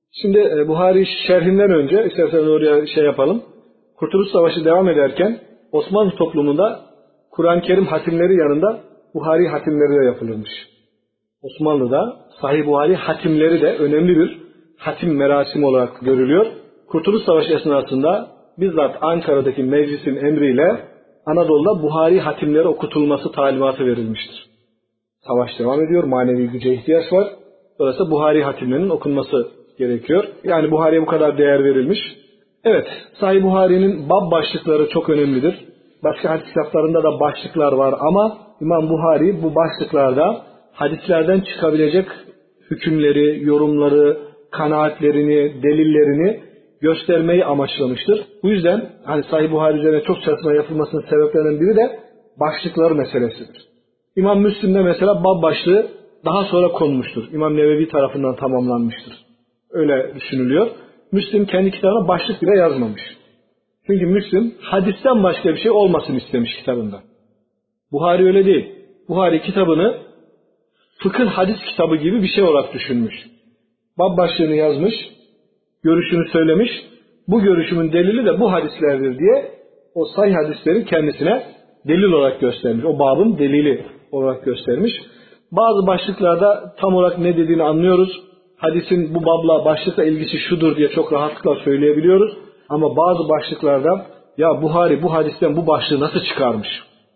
Şimdi Buhari şerhinden önce isterseniz oraya yapalım. Kurtuluş Savaşı devam ederken Osmanlı toplumunda Kur'an-ı Kerim hatimleri yanında Buhari hatimleri de yapılırmış. Osmanlı'da Sahih Buhari hatimleri de önemli bir hatim merasimi olarak görülüyor. Kurtuluş Savaşı esnasında bizzat Ankara'daki meclisin emriyle Anadolu'da Buhari hatimleri okutulması talimatı verilmiştir. Savaş devam ediyor, manevi güce ihtiyaç var. Dolayısıyla Buhari hatimlerinin okunması gerekiyor. Yani Buhari'ye bu kadar değer verilmiş. Evet, Sahih Buhari'nin bab başlıkları çok önemlidir. Başka hadis kitaplarında da başlıklar var ama İmam Buhari bu başlıklarda hadislerden çıkabilecek hükümleri, yorumları, kanaatlerini, delillerini göstermeyi amaçlamıştır. Bu yüzden Sahih Buhari üzerine çok çalışma yapılmasının sebeplerinden biri de başlıkları meselesidir. İmam Müslim'de mesela bab başlığı daha sonra konmuştur. İmam Nevevi tarafından tamamlanmıştır. Öyle düşünülüyor. Müslim kendi kitabına başlık bile yazmamış. Çünkü Müslim hadisten başka bir şey olmasın istemiş kitabında. Buhari öyle değil. Buhari kitabını fıkıh hadis kitabı gibi bir şey olarak düşünmüş. Bab başlığını yazmış, görüşünü söylemiş. Bu görüşümün delili de bu hadislerdir diye o sahih hadisleri kendisine delil olarak göstermiş. O babın delili olarak göstermiş. Bazı başlıklarda tam olarak ne dediğini anlıyoruz. Hadisin bu babla başlıkla ilgisi şudur diye çok rahatlıkla söyleyebiliyoruz. Ama bazı başlıklarda ya Buhari bu hadisten bu başlığı nasıl çıkarmış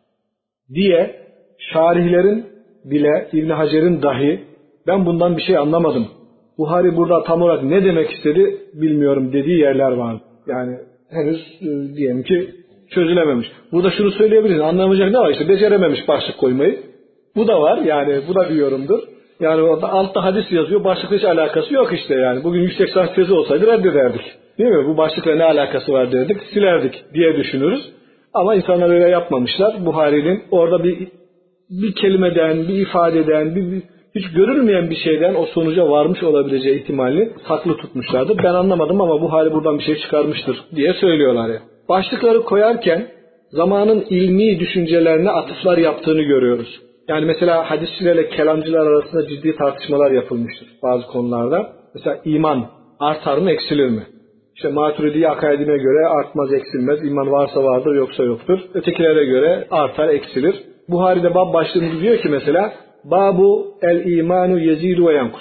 diye şarihlerin bile İbn Hacer'in dahi ben bundan bir şey anlamadım. Buhari burada tam olarak ne demek istedi bilmiyorum dediği yerler var. Yani henüz diyelim ki çözülememiş. Burada şunu söyleyebiliriz. Anlamayacak ne var? İşte becerememiş başlık koymayı. Bu da var. Yani bu da bir yorumdur. Yani orada altta hadis yazıyor. Başlıkla hiç alakası yok işte yani. Bugün yüksek lisans tezi olsaydı reddederdik. Değil mi? Bu başlıkla ne alakası var derdik. Silerdik diye düşünürüz. Ama insanlar öyle yapmamışlar. Buhari'nin orada bir kelimeden, bir ifadeden, hiç görülmeyen bir şeyden o sonuca varmış olabileceği ihtimalini haklı tutmuşlardır. Ben anlamadım ama Buhari buradan bir şey çıkarmıştır diye söylüyorlar ya. Başlıkları koyarken zamanın ilmi düşüncelerine atıflar yaptığını görüyoruz. Yani mesela hadisçilerle kelamcılar arasında ciddi tartışmalar yapılmıştır bazı konularda. Mesela iman artar mı eksilir mi? İşte Maturidi akaidine göre artmaz eksilmez. İman varsa vardır yoksa yoktur. Ötekilere göre artar eksilir. Buhari'de bab başlığında diyor ki mesela Babu el imanu yezidu ve yankus.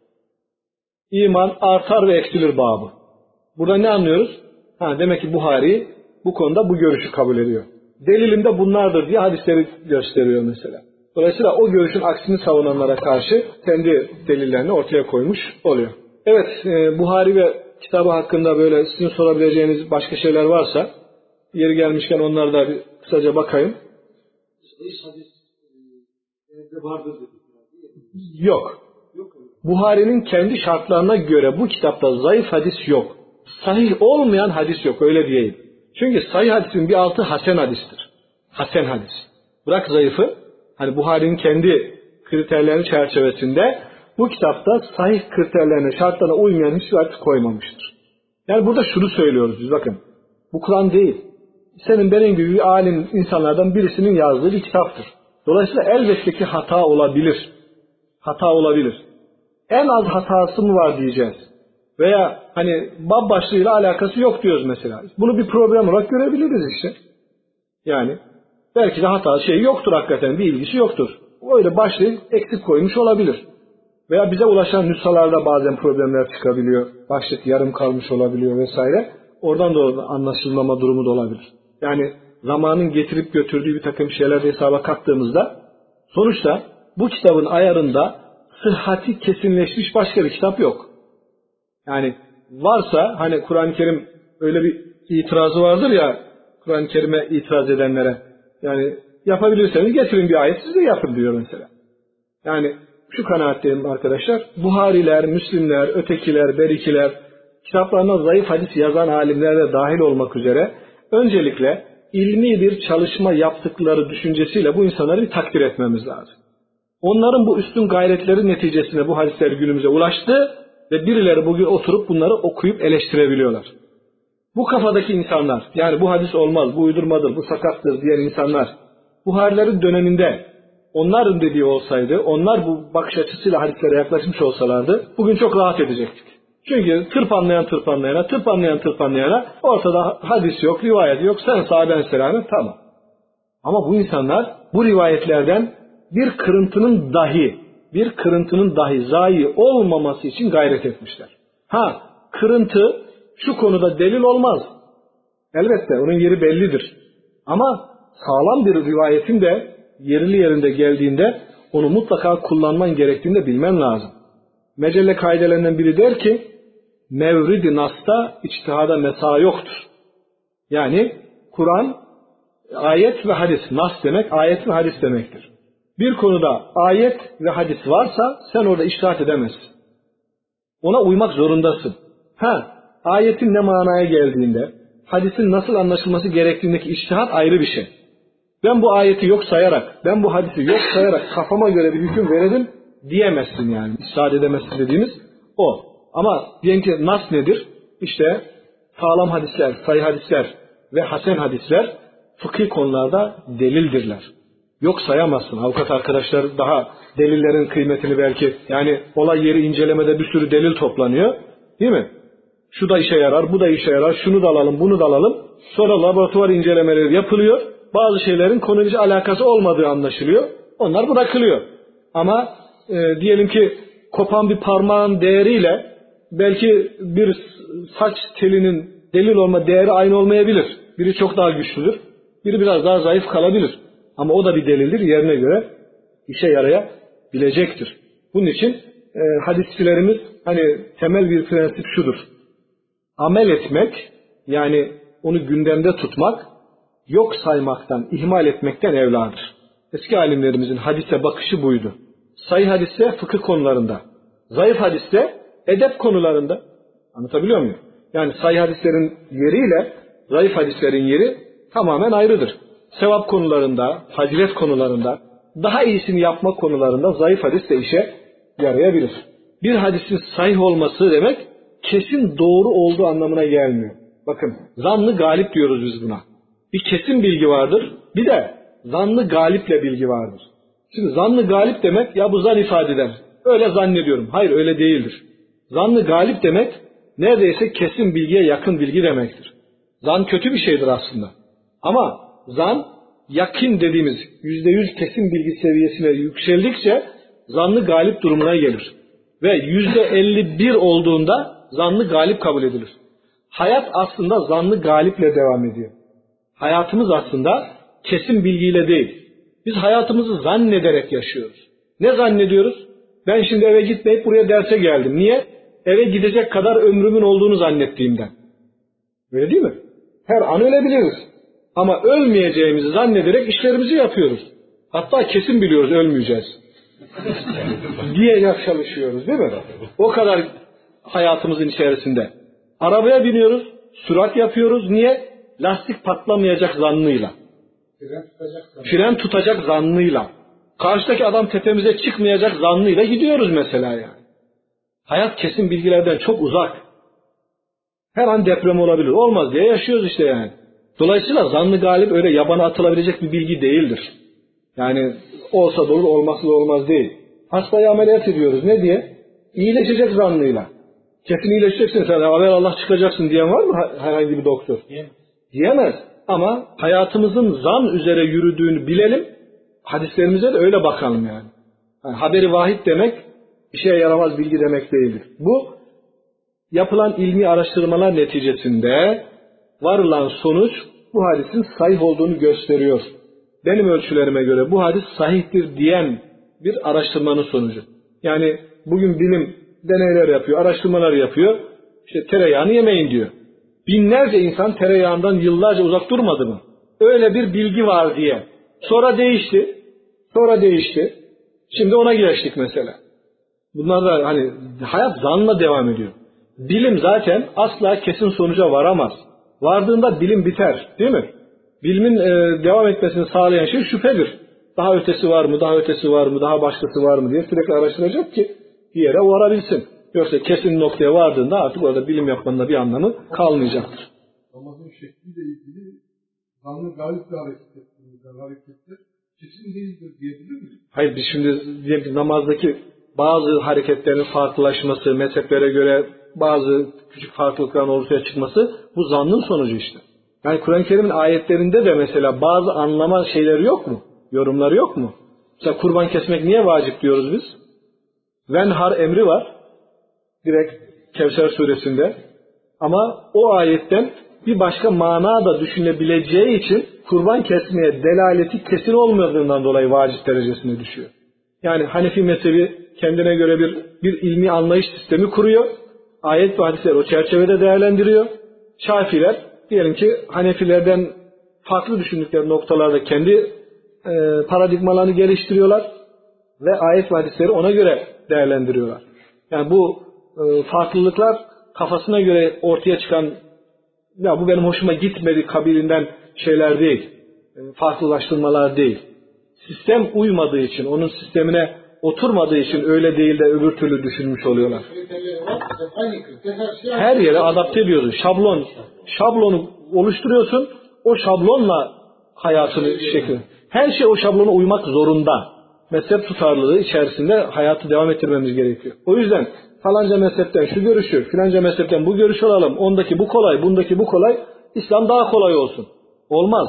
İman artar ve eksilir babı. Burada ne anlıyoruz? Demek ki Buhari bu konuda bu görüşü kabul ediyor. Delilim de bunlardır diye hadisleri gösteriyor mesela. Dolayısıyla o görüşün aksini savunanlara karşı kendi delillerini ortaya koymuş oluyor. Evet, Buhari ve kitabı hakkında böyle sizin sorabileceğiniz başka şeyler varsa yeri gelmişken onlara da bir kısaca bakayım. Yok. Buhari'nin kendi şartlarına göre bu kitapta zayıf hadis yok. Sahih olmayan hadis yok, öyle diyeyim. Çünkü sahih hadisin bir altı hasen hadistir. Hasen hadis. Bırak zayıfı, Buhari'nin kendi kriterlerinin çerçevesinde bu kitapta sahih kriterlerine, şartlarına uymayan hiçbir hadis koymamıştır. Yani burada şunu söylüyoruz biz, bakın. Bu Kur'an değil. Senin benim gibi bir alim insanlardan birisinin yazdığı bir kitaptır. Dolayısıyla elbette ki hata olabilir. Hata olabilir. En az hatası mı var diyeceğiz. Veya bab başlığıyla alakası yok diyoruz mesela. Bunu bir problem olarak görebiliriz işte. Yani belki de hata yoktur hakikaten, bir ilgisi yoktur. Öyle başlığı eksik koymuş olabilir. Veya bize ulaşan nüshalarda bazen problemler çıkabiliyor. Başlık yarım kalmış olabiliyor vesaire. Oradan da anlaşılmama durumu da olabilir. Yani zamanın getirip götürdüğü bir takım şeyler de hesaba kattığımızda sonuçta bu kitabın ayarında sıhhati kesinleşmiş başka bir kitap yok. Yani varsa Kur'an-ı Kerim öyle bir itirazı vardır ya Kur'an-ı Kerim'e itiraz edenlere. Yani yapabilirseniz getirin bir ayet siz de yapın diyor mesela. Yani şu kanaatteyim arkadaşlar. Buhariler, Müslimler, ötekiler, berikiler, kitaplarına zayıf hadis yazan alimler de dahil olmak üzere öncelikle ilmi bir çalışma yaptıkları düşüncesiyle bu insanları bir takdir etmemiz lazım. Onların bu üstün gayretleri neticesinde bu hadisler günümüze ulaştı ve birileri bugün oturup bunları okuyup eleştirebiliyorlar. Bu kafadaki insanlar, yani bu hadis olmaz, bu uydurmadır, bu sakattır diyen insanlar, Buharilerin döneminde onların dediği olsaydı, onlar bu bakış açısıyla hadislere yaklaşmış olsalardı, bugün çok rahat edecektik. Çünkü tırpanlayana ortada hadis yok, rivayet yok. Sen sağ ben selamet, tamam. Ama bu insanlar bu rivayetlerden bir kırıntının dahi zayi olmaması için gayret etmişler. Kırıntı şu konuda delil olmaz. Elbette onun yeri bellidir. Ama sağlam bir rivayetin de yerli yerinde geldiğinde onu mutlaka kullanman gerektiğini de bilmen lazım. Mecelle kaidelerinden biri der ki, mevrid-i nas'ta içtihada mesa yoktur. Yani Kur'an, ayet ve hadis, nas demek ayet ve hadis demektir. Bir konuda ayet ve hadis varsa sen orada içtihat edemezsin. Ona uymak zorundasın. Ayetin ne manaya geldiğinde, hadisin nasıl anlaşılması gerektiğindeki içtihat ayrı bir şey. Ben bu ayeti yok sayarak, ben bu hadisi yok sayarak kafama göre bir hüküm verelim diyemezsin yani. İçtihat edemezsin dediğimiz o. Ama diyelim ki nas nedir? İşte sağlam hadisler, sahih hadisler ve hasen hadisler fıkhi konularda delildirler. Yok sayamazsın. Avukat arkadaşlar daha delillerin kıymetini belki, yani olay yeri incelemede bir sürü delil toplanıyor. Değil mi? Şu da işe yarar, bu da işe yarar, şunu da alalım, bunu da alalım. Sonra laboratuvar incelemeleri yapılıyor. Bazı şeylerin konuyla alakası olmadığı anlaşılıyor. Onlar bırakılıyor. Ama diyelim ki kopan bir parmağın değeriyle belki bir saç telinin delil olma değeri aynı olmayabilir. Biri çok daha güçlüdür, biri biraz daha zayıf kalabilir. Ama o da bir delildir, yerine göre işe yarayabilecektir. Bunun için hadisçilerimiz temel bir prensip şudur. Amel etmek, yani onu gündemde tutmak, yok saymaktan, ihmal etmekten evladır. Eski alimlerimizin hadise bakışı buydu. Sahih hadiste fıkıh konularında, zayıf hadiste edep konularında. Anlatabiliyor muyum? Yani sahih hadislerin yeriyle zayıf hadislerin yeri tamamen ayrıdır. Sevap konularında, fazilet konularında, daha iyisini yapma konularında zayıf hadis de işe yarayabilir. Bir hadisin sahih olması demek kesin doğru olduğu anlamına gelmiyor. Bakın, zannı galip diyoruz biz buna. Bir kesin bilgi vardır, bir de zannı galiple bilgi vardır. Şimdi zannı galip demek, ya bu zan ifade eder, öyle zannediyorum. Hayır, öyle değildir. Zannı galip demek neredeyse kesin bilgiye yakın bilgi demektir. Zan kötü bir şeydir aslında. Ama zan, yakin dediğimiz %100 kesin bilgi seviyesine yükseldikçe zannı galip durumuna gelir. Ve %51 olduğunda zannı galip kabul edilir. Hayat aslında zannı galiple devam ediyor. Hayatımız aslında kesin bilgiyle değil. Biz hayatımızı zannederek yaşıyoruz. Ne zannediyoruz? Ben şimdi eve gitmeyip buraya derse geldim. Niye? Eve gidecek kadar ömrümün olduğunu zannettiğimden. Öyle değil mi? Her an ölebiliriz. Ama ölmeyeceğimizi zannederek işlerimizi yapıyoruz. Hatta kesin biliyoruz ölmeyeceğiz diye çalışıyoruz, değil mi? O kadar hayatımızın içerisinde. Arabaya biniyoruz, sürat yapıyoruz. Niye? Lastik patlamayacak zannıyla. Fren tutacak zannıyla. Karşıdaki adam tepemize çıkmayacak zannıyla gidiyoruz mesela yani. Hayat kesin bilgilerden çok uzak. Her an deprem olabilir. Olmaz diye yaşıyoruz işte yani. Dolayısıyla zannı galip öyle yabana atılabilecek bir bilgi değildir. Yani olsa da olur, olmazsa da olmaz değil. Hastayı ameliyat ediyoruz. Ne diye? İyileşecek zannıyla. Kesin iyileşeceksin sen. Allah çıkacaksın diyen var mı herhangi bir doktor? Diyemez. Ama hayatımızın zan üzere yürüdüğünü bilelim. Hadislerimize de öyle bakalım yani. Haberi vahid demek işe yaramaz bilgi demek değildir. Bu yapılan ilmi araştırmalar neticesinde varılan sonuç bu hadisin sahih olduğunu gösteriyor. Benim ölçülerime göre bu hadis sahihtir diyen bir araştırmanın sonucu. Yani bugün bilim deneyler yapıyor, araştırmalar yapıyor. İşte tereyağını yemeyin diyor. Binlerce insan tereyağından yıllarca uzak durmadı mı? Öyle bir bilgi var diye. Sonra değişti. Şimdi ona geçtik mesela. Bunlar da hayat zanla devam ediyor. Bilim zaten asla kesin sonuca varamaz. Vardığında bilim biter, değil mi? Bilimin devam etmesini sağlayan şey şüphedir. Daha ötesi var mı, daha ötesi var mı, daha başkası var mı diye sürekli araştıracak ki bir yere varabilsin. Yoksa kesin noktaya vardığında artık orada bilim yapmanın da bir anlamı kalmayacaktır. Namazın şekliyle ilgili zannı galiple hareketler kesin değildir diyebilir miyiz? Hayır, biz şimdi diyelim ki namazdaki bazı hareketlerin farklılaşması, mezheplere göre bazı küçük farklılıkların ortaya çıkması bu zannın sonucu işte. Yani Kur'an-ı Kerim'in ayetlerinde de mesela bazı anlama şeyleri yok mu? Yorumları yok mu? Mesela kurban kesmek niye vacip diyoruz biz? Venhar emri var. Direkt Kevser suresinde. Ama o ayetten bir başka mana da düşünebileceği için kurban kesmeye delaleti kesin olmadığından dolayı vacip derecesine düşüyor. Yani Hanefi mezhebi kendine göre bir ilmi anlayış sistemi kuruyor. Ayet ve hadisleri o çerçevede değerlendiriyor. Şafiler diyelim ki Hanefilerden farklı düşündükleri noktalarda kendi paradigmalarını geliştiriyorlar ve ayet ve hadisleri ona göre değerlendiriyorlar. Yani bu farklılıklar kafasına göre ortaya çıkan, ya bu benim hoşuma gitmedi kabilinden şeyler değil. Farklılaştırmalar değil. Sistem uymadığı için, onun sistemine oturmadığı için öyle değil de öbür türlü düşünmüş oluyorlar. Her yere adapte ediyorsun. Şablonu oluşturuyorsun. O şablonla hayatını şekil. Her şey o şablona uymak zorunda. Mezhep tutarlılığı içerisinde hayatı devam ettirmemiz gerekiyor. O yüzden falanca mezhepten şu görüşü, filanca mezhepten bu görüşü alalım. Ondaki bu kolay, bundaki bu kolay. İslam daha kolay olsun. Olmaz.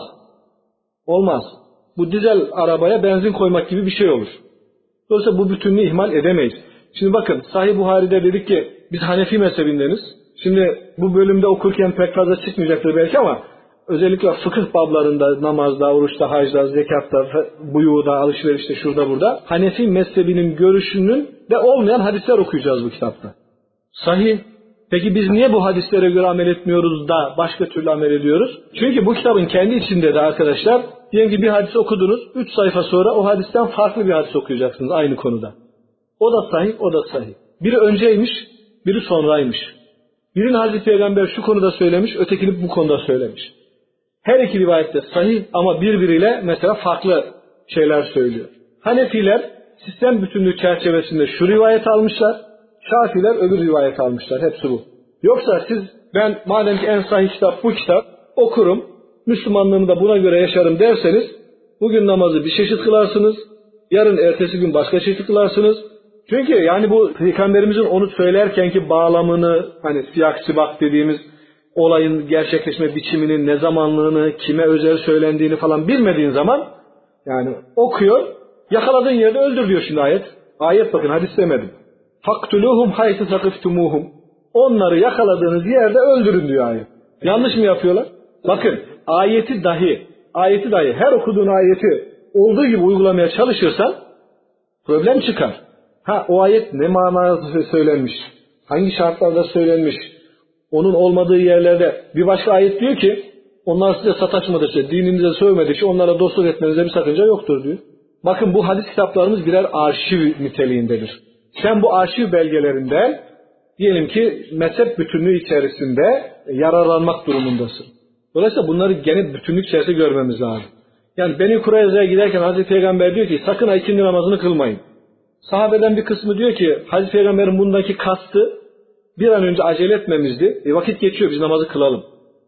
Olmaz. Bu dizel arabaya benzin koymak gibi bir şey olur. Dolayısıyla bu bütünlüğü ihmal edemeyiz. Şimdi bakın Sahih Buhari'de dedik ki biz Hanefi mezhebindeniz. Şimdi bu bölümde okurken pek fazla çıkmayacaktır belki ama özellikle fıkıh bablarında, namazda, oruçta, hacda, zekatta, buyuda, alışverişte, şurada burada Hanefi mezhebinin görüşünün de olmayan hadisler okuyacağız bu kitapta. Sahih. Peki biz niye bu hadislere göre amel etmiyoruz da başka türlü amel ediyoruz? Çünkü bu kitabın kendi içinde de arkadaşlar diyelim ki bir hadis okudunuz, 3 sayfa sonra o hadisten farklı bir hadis okuyacaksınız aynı konuda. O da sahih, o da sahih. Biri önceymiş, biri sonraymış. Birinin Hazreti Peygamber şu konuda söylemiş, ötekini bu konuda söylemiş. Her iki rivayette sahih ama birbiriyle mesela farklı şeyler söylüyor. Hanefiler sistem bütünlüğü çerçevesinde şu rivayet almışlar, Şafiler öbür rivayet almışlar. Hepsi bu. Yoksa siz ben madem ki en sahih kitap bu kitap okurum, Müslümanlığımı da buna göre yaşarım derseniz bugün namazı bir çeşit kılarsınız, yarın ertesi gün başka çeşit kılarsınız. Çünkü yani bu Peygamberimizin onu söylerkenki bağlamını, hani siyak sibak dediğimiz olayın gerçekleşme biçiminin ne zamanlığını, kime özel söylendiğini falan bilmediğin zaman yani okuyor, yakaladığın yerde öldür diyor şimdi ayet. Ayet bakın hadis demedim. Faktuluhum haythu sakiftumuhum. Onları yakaladığınız yerde öldürün diyor ayet. Yanlış mı yapıyorlar? Bakın ayeti dahi her okuduğun ayeti olduğu gibi uygulamaya çalışırsan problem çıkar. O ayet ne manada söylenmiş? Hangi şartlarda söylenmiş? Onun olmadığı yerlerde bir başka ayet diyor ki onlar size sataşmadıkça, dininize sövmedikçe onlara dostluk etmenize bir sakınca yoktur diyor. Bakın bu hadis kitaplarımız birer arşiv niteliğindedir. Sen bu arşiv belgelerinden diyelim ki mezhep bütünlüğü içerisinde yararlanmak durumundasın. Dolayısıyla bunları gene bütünlük içerisinde görmemiz lazım. Yani Beni Kureyza'ya giderken Hazreti Peygamber diyor ki sakın ikindi namazını kılmayın. Sahabeden bir kısmı diyor ki Hazreti Peygamber'in bundaki kastı bir an önce acele etmemizdi. Vakit geçiyor biz namazı kılalım.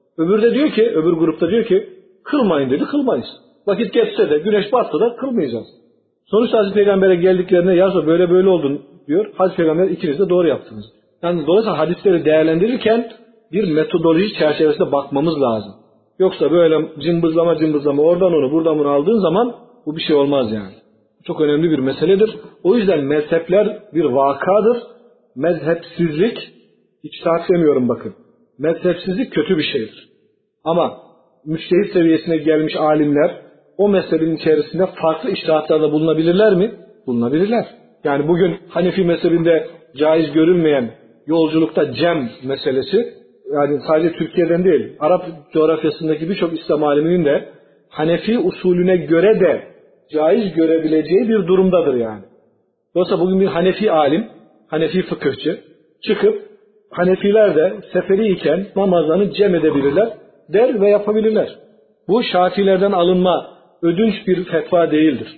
Öbür grupta diyor ki kılmayın dedi, kılmayız. Vakit geçse de güneş battı da kılmayacağız. Sonuçta Hazreti Peygamber'e geldiklerinde yazsa böyle oldun diyor. Hazreti Peygamber ikiniz de doğru yaptınız. Yani dolayısıyla hadisleri değerlendirirken bir metodoloji çerçevesinde bakmamız lazım. Yoksa böyle cımbızlama oradan onu buradan bunu aldığın zaman bu bir şey olmaz yani. Çok önemli bir meseledir. O yüzden mezhepler bir vakadır. Mezhepsizlik, içtihat demiyorum bakın. Mezhepsizlik kötü bir şeydir. Ama müçtehit seviyesine gelmiş alimler o mezhebin içerisinde farklı içtihatlarda bulunabilirler mi? Bulunabilirler. Yani bugün Hanefi mezhebinde caiz görülmeyen yolculukta cem meselesi, yani sadece Türkiye'den değil, Arap coğrafyasındaki birçok İslam aliminin de Hanefi usulüne göre de caiz görebileceği bir durumdadır yani. Dolayısıyla bugün bir Hanefi alim, Hanefi fıkıhçı çıkıp Hanefiler de seferi iken namazlarını cem edebilirler der ve yapabilirler. Bu Şafilerden alınma ödünç bir fetva değildir.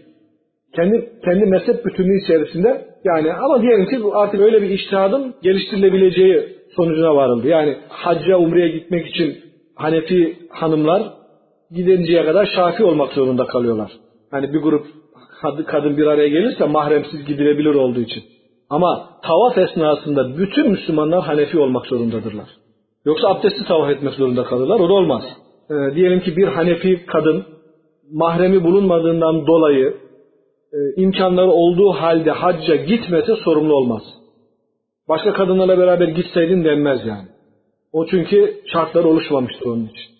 Kendi mezhep bütünlüğü içerisinde yani ama diyelim ki artık öyle bir içtihadın geliştirilebileceği sonucuna varıldı. Yani hacca, umreye gitmek için Hanefi hanımlar gidinceye kadar Şafi olmak zorunda kalıyorlar. Hani bir grup kadın bir araya gelirse mahremsiz gidilebilir olduğu için. Ama tavaf esnasında bütün Müslümanlar Hanefi olmak zorundadırlar. Yoksa abdestli tavaf etmek zorunda kalırlar. O da olmaz. Diyelim ki bir Hanefi kadın mahremi bulunmadığından dolayı imkanları olduğu halde hacca gitmese sorumlu olmaz. Başka kadınlarla beraber gitseydin denmez yani. O çünkü şartlar oluşmamıştır onun için.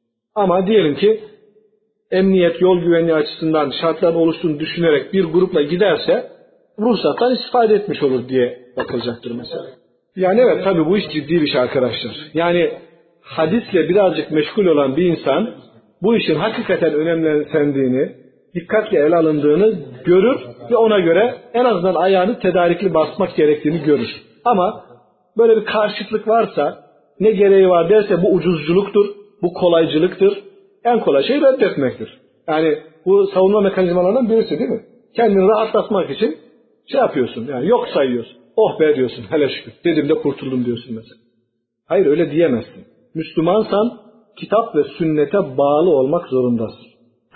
Ama diyelim ki emniyet, yol güvenliği açısından şartların oluştuğunu düşünerek bir grupla giderse ruhsattan istifade etmiş olur diye bakılacaktır mesela. Yani evet, tabii bu iş ciddi bir şey arkadaşlar. Yani hadisle birazcık meşgul olan bir insan bu işin hakikaten önemsendiğini, dikkatle ele alındığını görür ve ona göre en azından ayağını tedarikli basmak gerektiğini görür. Ama böyle bir karşıtlık varsa, ne gereği var derse bu ucuzculuktur, bu kolaycılıktır. En kolay şey reddetmektir. Yani bu savunma mekanizmalarından birisi değil mi? Kendini rahatlatmak için şey yapıyorsun, yani yok sayıyorsun. Oh be diyorsun, hele şükür. Dedim de kurtuldum diyorsun mesela. Hayır, öyle diyemezsin. Müslümansan kitap ve sünnete bağlı olmak zorundasın.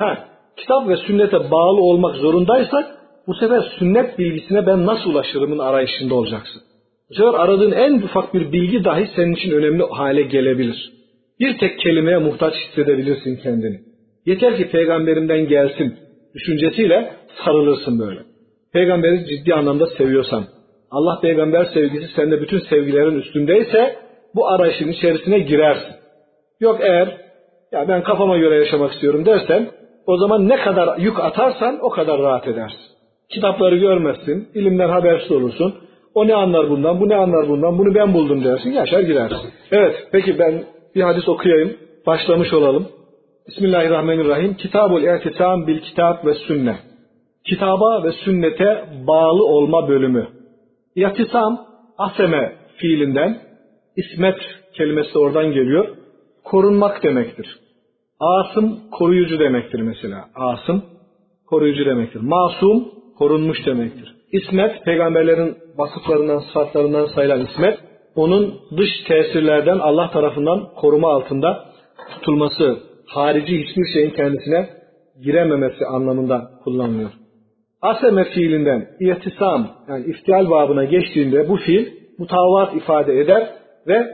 Kitap ve sünnete bağlı olmak zorundaysak bu sefer sünnet bilgisine ben nasıl ulaşırımın arayışında olacaksın. Bu sefer aradığın en ufak bir bilgi dahi senin için önemli hale gelebilir. Bir tek kelimeye muhtaç hissedebilirsin kendini. Yeter ki peygamberimden gelsin düşüncesiyle sarılırsın böyle. Peygamberi ciddi anlamda seviyorsan, Allah peygamber sevgisi sende bütün sevgilerin üstündeyse bu arayışın içerisine girersin. Yok eğer ya ben kafama göre yaşamak istiyorum dersen o zaman ne kadar yük atarsan o kadar rahat edersin. Kitapları görmezsin, ilimden habersiz olursun. O ne anlar bundan, bu ne anlar bundan, bunu ben buldum dersin, yaşar gidersin. Evet, peki ben bir hadis okuyayım, başlamış olalım. Bismillahirrahmanirrahim. Kitabul i'tisam bil kitap ve sünne. Kitaba ve sünnete bağlı olma bölümü. İ'tisam, aseme fiilinden, ismet kelimesi de oradan geliyor. Korunmak demektir. Asım, koruyucu demektir mesela. Asım, koruyucu demektir. Masum, korunmuş demektir. İsmet, peygamberlerin vasıflarından, sıfatlarından sayılan ismet, onun dış tesirlerden Allah tarafından koruma altında tutulması, harici hiçbir şeyin kendisine girememesi anlamında kullanılıyor. Aseme fiilinden ihtisam, yani iftial babına geçtiğinde bu fiil mutavat ifade eder ve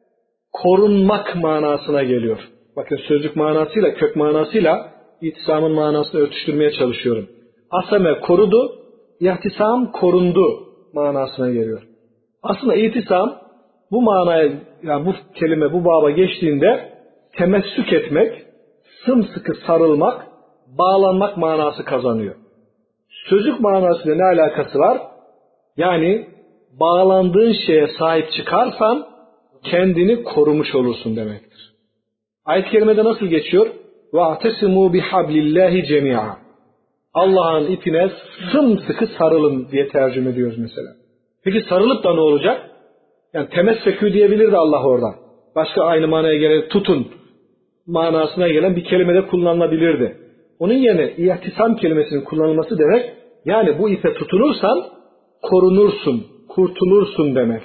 korunmak manasına geliyor. Bakın sözlük manasıyla, kök manasıyla ihtisamın manasını örtüştürmeye çalışıyorum. Aseme korudu, ihtisam korundu manasına geliyor. Aslında ihtisam bu manaya, yani bu kelime bu baba geçtiğinde temessük etmek, sımsıkı sarılmak, bağlanmak manası kazanıyor. Sözlük manasıyla ne alakası var? Yani bağlandığın şeye sahip çıkarsan kendini korumuş olursun demektir. Ayet-i kerimede nasıl geçiyor? وَاَعْتَسِمُوا بِحَبْلِ اللّٰهِ جَمِيعًا. Allah'ın ipine sımsıkı sarılın diye tercüme ediyoruz mesela. Peki sarılıp da ne olacak? Yani temessekü diyebilirdi Allah orada. Başka aynı manaya gelen tutun manasına gelen bir kelimede kullanılabilirdi. Onun yerine ihtisam kelimesinin kullanılması demek, yani bu ipe tutunursan korunursun, kurtulursun demek.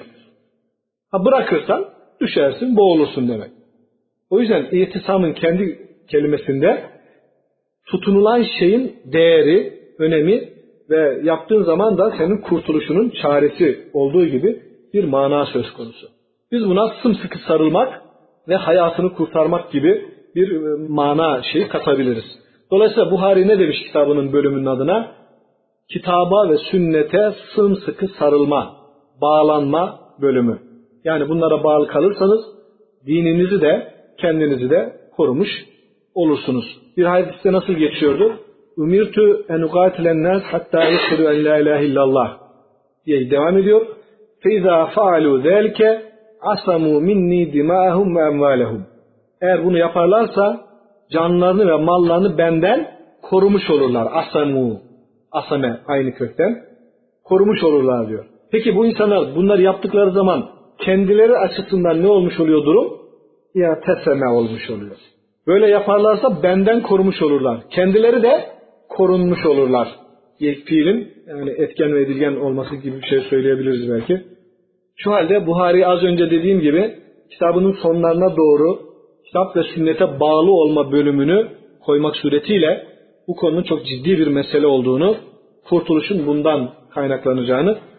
Bırakırsan düşersin, boğulursun demek. O yüzden ihtisamın kendi kelimesinde tutunulan şeyin değeri, önemi ve yaptığın zaman da senin kurtuluşunun çaresi olduğu gibi bir mana söz konusu. Biz buna sımsıkı sarılmak ve hayatını kurtarmak gibi bir mana katabiliriz. Dolayısıyla Buhari ne demiş kitabının bölümünün adına? Kitaba ve sünnete sımsıkı sarılma, bağlanma bölümü. Yani bunlara bağlı kalırsanız dininizi de kendinizi de korumuş olursunuz. Bir hadiste nasıl geçiyordu? Umirtu en uqatilen nas hatta yeshhadu en la ilahe illallah diye devam ediyor. Feiza faalu zalike asamu minni dima'ahum ve emvalehum. Eğer bunu yaparlarsa canlarını ve mallarını benden korumuş olurlar. Asamu, asame aynı kökten korumuş olurlar diyor. Peki bu insanlar bunları yaptıkları zaman kendileri açısından ne olmuş oluyor durum? Ya teseme olmuş oluyor. Böyle yaparlarsa benden korumuş olurlar. Kendileri de korunmuş olurlar. Fiilin yani etken ve edilgen olması gibi bir şey söyleyebiliriz belki. Şu halde Buhari az önce dediğim gibi kitabının sonlarına doğru kitap ve sünnete bağlı olma bölümünü koymak suretiyle bu konunun çok ciddi bir mesele olduğunu, kurtuluşun bundan kaynaklanacağını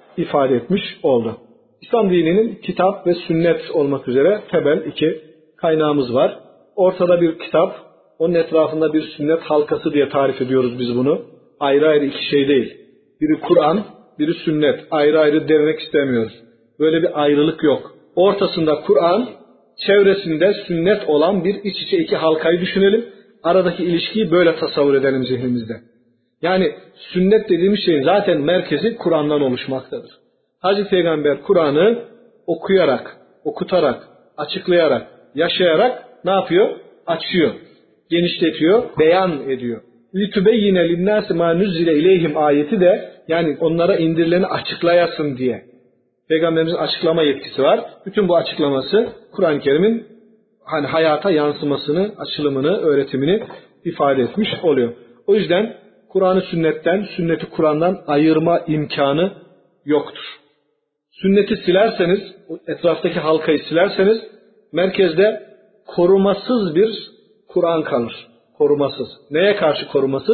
ifade etmiş oldu. İslam dininin kitap ve sünnet olmak üzere temel iki kaynağımız var. Ortada bir kitap, onun etrafında bir sünnet halkası diye tarif ediyoruz biz bunu. Ayrı ayrı iki şey değil. Biri Kur'an, biri sünnet. Ayrı ayrı demek istemiyoruz. Böyle bir ayrılık yok. Ortasında Kur'an, çevresinde sünnet olan bir iç içe iki halkayı düşünelim. Aradaki ilişkiyi böyle tasavvur edelim zihnimizde. Yani sünnet dediğimiz şeyin zaten merkezi Kur'an'dan oluşmaktadır. Hazreti Peygamber Kur'an'ı okuyarak, okutarak, açıklayarak, yaşayarak ne yapıyor? Açıyor, genişletiyor, beyan ediyor. لِتُبَيِّنَ لِلنَّاسِ مَا نُزِّلَ اِلَيْهِمْ ayeti de yani onlara indirileni açıklayasın diye. Peygamberimizin açıklama yetkisi var. Bütün bu açıklaması Kur'an-ı Kerim'in hani hayata yansımasını, açılımını, öğretimini ifade etmiş oluyor. O yüzden Kur'an'ı sünnetten, sünneti Kur'an'dan ayırma imkanı yoktur. Sünneti silerseniz, etraftaki halkayı silerseniz, merkezde korumasız bir Kur'an kalır. Korumasız. Neye karşı korumasız?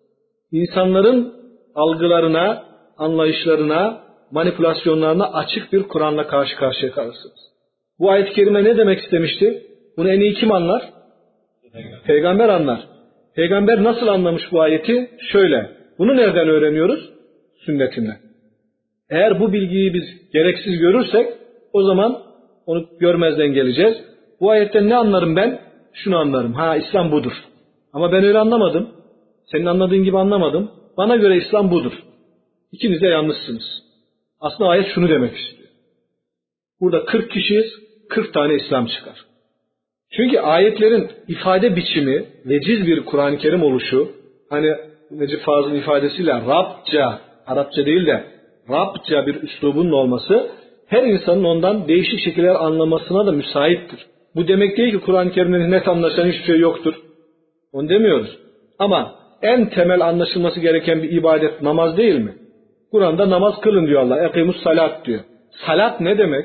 İnsanların algılarına, anlayışlarına, manipülasyonlarına açık bir Kur'an'la karşı karşıya kalırsınız. Bu ayet-i kerime ne demek istemişti? Bunu en iyi kim anlar? Peygamber anlar. Peygamber nasıl anlamış bu ayeti? Şöyle. Bunu nereden öğreniyoruz? Sünnetinden. Eğer bu bilgiyi biz gereksiz görürsek o zaman onu görmezden geleceğiz. Bu ayetten ne anlarım ben? Şunu anlarım. Ha, İslam budur. Ama ben öyle anlamadım. Senin anladığın gibi anlamadım. Bana göre İslam budur. İkiniz de yanlışsınız. Aslında ayet şunu demek istiyor. Burada 40 kişiyiz, 40 tane İslam çıkar. Çünkü ayetlerin ifade biçimi, veciz bir Kur'an-ı Kerim oluşu, hani Necip Fazıl'ın ifadesiyle Rabça, Arapça değil de Rabça bir üslubunun olması, her insanın ondan değişik şekiller anlamasına da müsaittir. Bu demek değil ki Kur'an-ı Kerim'in net anlaşılan hiçbir şey yoktur. Onu demiyoruz. Ama en temel anlaşılması gereken bir ibadet namaz değil mi? Kur'an'da namaz kılın diyor Allah. Ekimus salat diyor. Salat ne demek?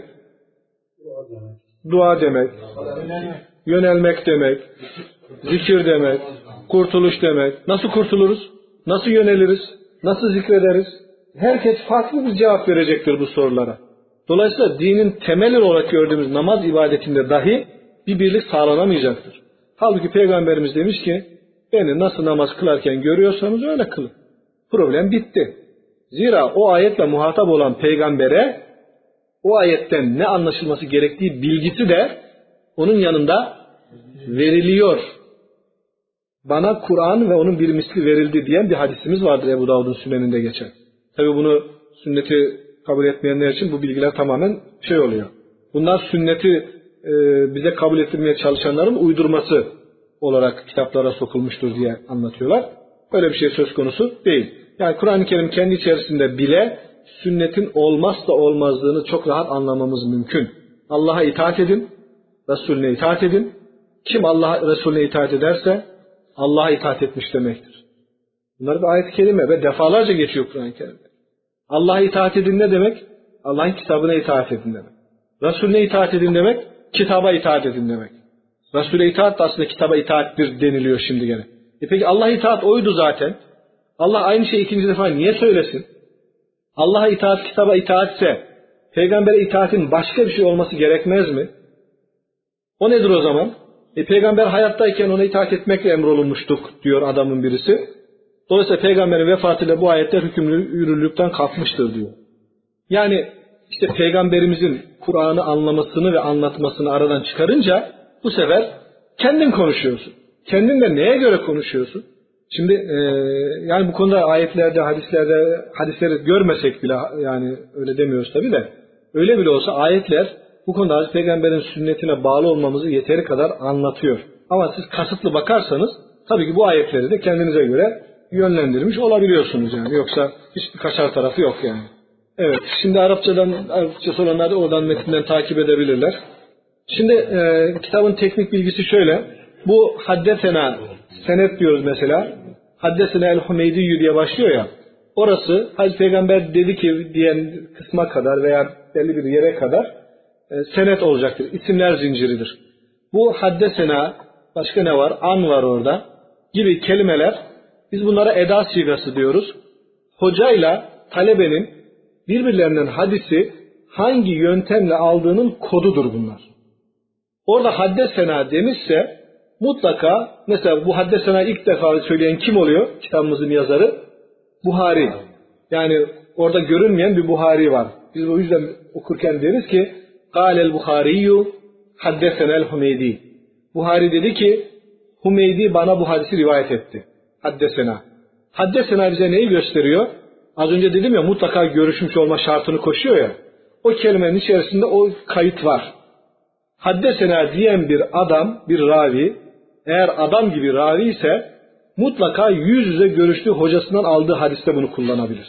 Dua demek. Yönelmek demek. Zikir demek. Kurtuluş demek. Nasıl kurtuluruz? Nasıl yöneliriz? Nasıl zikrederiz? Herkes farklı bir cevap verecektir bu sorulara. Dolayısıyla dinin temeli olarak gördüğümüz namaz ibadetinde dahi bir birlik sağlanamayacaktır. Halbuki Peygamberimiz demiş ki, beni nasıl namaz kılarken görüyorsanız öyle kılın. Problem bitti. Zira o ayetle muhatap olan peygambere o ayetten ne anlaşılması gerektiği bilgisi de onun yanında veriliyor. Bana Kur'an ve onun bir misli verildi diyen bir hadisimiz vardır Ebu Davud'un Süneninde geçen. Tabi bunu sünneti kabul etmeyenler için bu bilgiler tamamen şey oluyor. Bunlar sünneti bize kabul ettirmeye çalışanların uydurması olarak kitaplara sokulmuştur diye anlatıyorlar. Öyle bir şey söz konusu değil. Yani Kur'an-ı Kerim kendi içerisinde bile sünnetin olmazsa olmazlığını çok rahat anlamamız mümkün. Allah'a itaat edin, Resulüne itaat edin. Kim Allah'a Resulüne itaat ederse Allah'a itaat etmiş demektir. Bunlar bir ayet-i kerime ve defalarca geçiyor Kur'an-ı Kerim'de. Allah'a itaat edin ne demek? Allah'ın kitabına itaat edin demek. Resulüne itaat edin demek, kitaba itaat edin demek. Resul'e itaat da aslında kitaba itaattir deniliyor şimdi gene. Peki Allah'a itaat oydu zaten. Allah aynı şeyi ikinci defa niye söylesin? Allah'a itaat, kitaba itaatse, peygambere itaatin başka bir şey olması gerekmez mi? O nedir o zaman? Peygamber hayattayken ona itaat etmekle emrolunmuştuk diyor adamın birisi. Dolayısıyla peygamberin vefatıyla bu ayetler yürürlükten kalkmıştır diyor. Yani işte peygamberimizin Kur'an'ı anlamasını ve anlatmasını aradan çıkarınca bu sefer kendin konuşuyorsun. Kendin de neye göre konuşuyorsun? Şimdi yani bu konuda ayetlerde, hadisleri görmesek bile yani öyle demiyoruz tabii de öyle bile olsa ayetler bu konuda Hazreti Peygamber'in sünnetine bağlı olmamızı yeteri kadar anlatıyor. Ama siz kasıtlı bakarsanız tabii ki bu ayetleri de kendinize göre yönlendirmiş olabiliyorsunuz yani. Yoksa hiçbir kaçar tarafı yok yani. Evet, şimdi Arapçası olanlar da oradan metinden takip edebilirler. Şimdi kitabın teknik bilgisi şöyle. Bu haddesena, senet diyoruz mesela. Haddesena el-Hümeydiyyü diye başlıyor ya. Orası Hazreti Peygamber dedi ki diyen kısma kadar veya belli bir yere kadar senet olacaktır. İsimler zinciridir. Bu haddesena, başka ne var? An var orada gibi kelimeler, biz bunlara eda sigası diyoruz. Hocayla talebenin birbirlerinden hadisi hangi yöntemle aldığının kodudur bunlar. Orada haddesena demişse mutlaka mesela bu haddesena ilk defa söyleyen kim oluyor? Kitabımızın yazarı Buhari. Yani orada görünmeyen bir Buhari var. Biz o yüzden okurken deriz ki Kâlel Buhariyyü haddesenel Hümeydi. Buhari dedi ki Hümeydi bana bu hadisi rivayet etti. Haddesena. Haddesena bize neyi gösteriyor? Az önce dedim ya mutlaka görüşmüş olma şartını koşuyor ya. O kelimenin içerisinde o kayıt var. Haddesena diyen bir adam, bir ravi, eğer adam gibi ravi ise mutlaka yüz yüze görüştüğü hocasından aldığı hadiste bunu kullanabilir.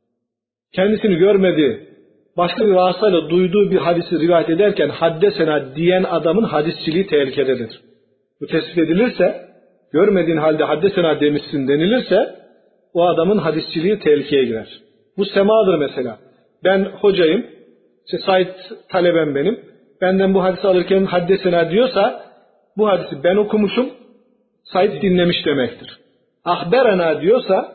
Kendisini görmediği, başka bir vasıtayla duyduğu bir hadisi rivayet ederken haddesena diyen adamın hadisçiliği tehlikededir. Bu tespit edilirse, görmediğin halde haddesena demişsin denilirse, o adamın hadisçiliği tehlikeye girer. Bu semadır mesela. Ben hocayım, Said talebem benim, benden bu hadisi alırken haddesena diyorsa, bu hadisi ben okumuşum, Said dinlemiş demektir. Ahberena diyorsa,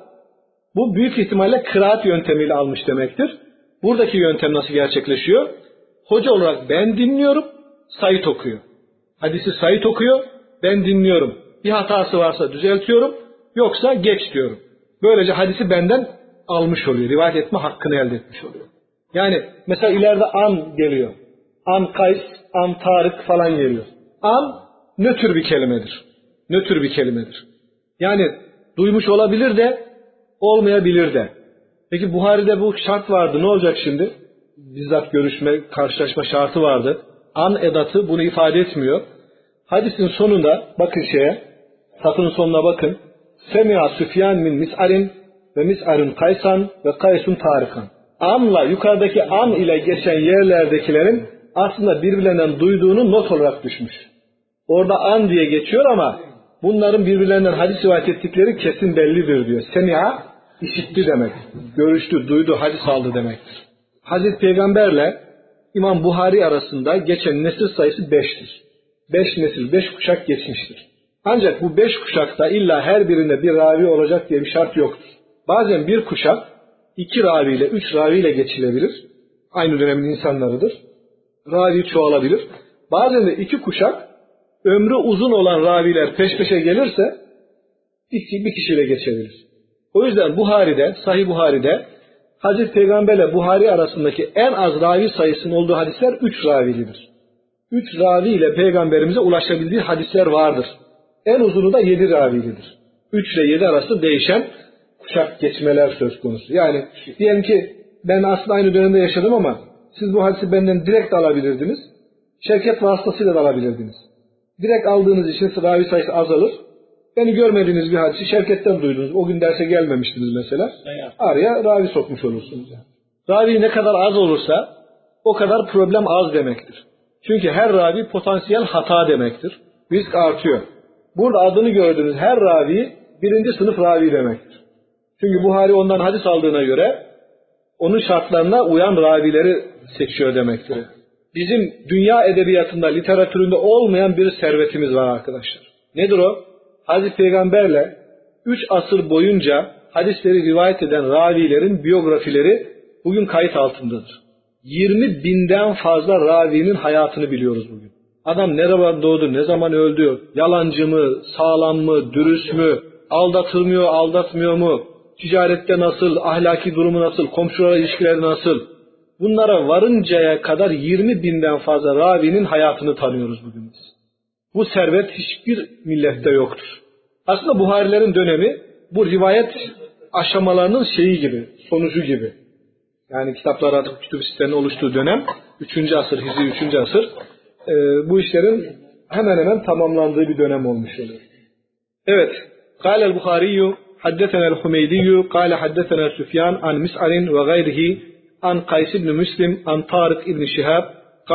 bu büyük ihtimalle kıraat yöntemiyle almış demektir. Buradaki yöntem nasıl gerçekleşiyor? Hoca olarak ben dinliyorum, Said okuyor. Hadisi Said okuyor, ben dinliyorum. Bir hatası varsa düzeltiyorum, yoksa geç diyorum. Böylece hadisi benden almış oluyor. Rivayet etme hakkını elde etmiş oluyor. Yani mesela ileride an geliyor. An Kays, an Tarık falan geliyor. An nötr bir kelimedir. Nötr bir kelimedir. Yani duymuş olabilir de olmayabilir de. Peki Buhari'de bu şart vardı. Ne olacak şimdi? Bizzat görüşme, karşılaşma şartı vardı. An edatı bunu ifade etmiyor. Hadisin sonunda bakın satın sonuna bakın. Semi'a Süfyan min Mis'arin ve Mis'arun Kaysan ve Kaysun Tarıkan. Anla yukarıdaki an ile geçen yerlerdekilerin aslında birbirlerinden duyduğunu not olarak düşmüş. Orada an diye geçiyor ama bunların birbirlerinden hadis rivayet ettikleri kesin bellidir diyor. Semi'a işitti demek. Görüştü, duydu, hadis aldı demektir. Hazreti Peygamberle İmam Buhari arasında geçen nesil sayısı 5'tir. 5 nesil, 5 kuşak geçmiştir. Ancak bu 5 kuşakta illa her birinde bir ravi olacak diye bir şart yoktur. Bazen bir kuşak 2 raviyle, 3 raviyle geçilebilir. Aynı dönemin insanlarıdır. Ravi çoğalabilir. Bazen de 2 kuşak ömrü uzun olan raviler peş peşe gelirse bir kişiyle geçebilir. O yüzden Buhari'de, Sahih Buhari'de Hazreti Peygamberle Buhari arasındaki en az ravi sayısının olduğu hadisler 3 ravilidir. 3 ravi ile Peygamberimize ulaşabildiği hadisler vardır. En uzunu da 7 ravilidir. 3 ile 7 arası değişen kuşak geçmeler söz konusu. Yani diyelim ki ben aslında aynı dönemde yaşadım ama siz bu hadisi benden direkt alabilirdiniz. Şirket vasıtasıyla da alabilirdiniz. Direkt aldığınız için ravi sayısı azalır. Beni görmediğiniz bir hadisi şirketten duydunuz. O gün derse gelmemiştiniz mesela. Araya ravi sokmuş olursunuz. Ravi ne kadar az olursa o kadar problem az demektir. Çünkü her ravi potansiyel hata demektir. Risk artıyor. Burada adını gördüğünüz her ravi birinci sınıf ravi demektir. Çünkü Buhari ondan hadis aldığına göre onun şartlarına uyan ravileri seçiyor demektir. Bizim dünya edebiyatında, literatüründe olmayan bir servetimiz var arkadaşlar. Nedir o? Hazreti Peygamberle 3 asır boyunca hadisleri rivayet eden ravilerin biyografileri bugün kayıt altındadır. 20 binden fazla ravinin hayatını biliyoruz bugün. Adam ne zaman doğdu, ne zaman öldü, yalancı mı, sağlam mı, dürüst mü, aldatır mı, aldatmıyor mu, ticarette nasıl, ahlaki durumu nasıl, komşularla ilişkileri nasıl? Bunlara varıncaya kadar 20 binden fazla ravinin hayatını tanıyoruz bugün biz. Bu servet hiçbir millette yoktur. Aslında Buharilerin dönemi bu rivayet aşamalarının şeyi gibi, sonucu gibi. Yani kitaplar atıp kütüb sitelerinin oluştuğu dönem 3. asır, Hicri 3. asır. Bu işlerin hemen hemen tamamlandığı bir dönem olmuş oluyor. Evet. Kâlel Buhariyyü haddetenel Hümeydiyyü kâle haddetena Süfyan an Mis'arin ve gayrihi an Kays ibn Müslim an Tarık ibn Şihab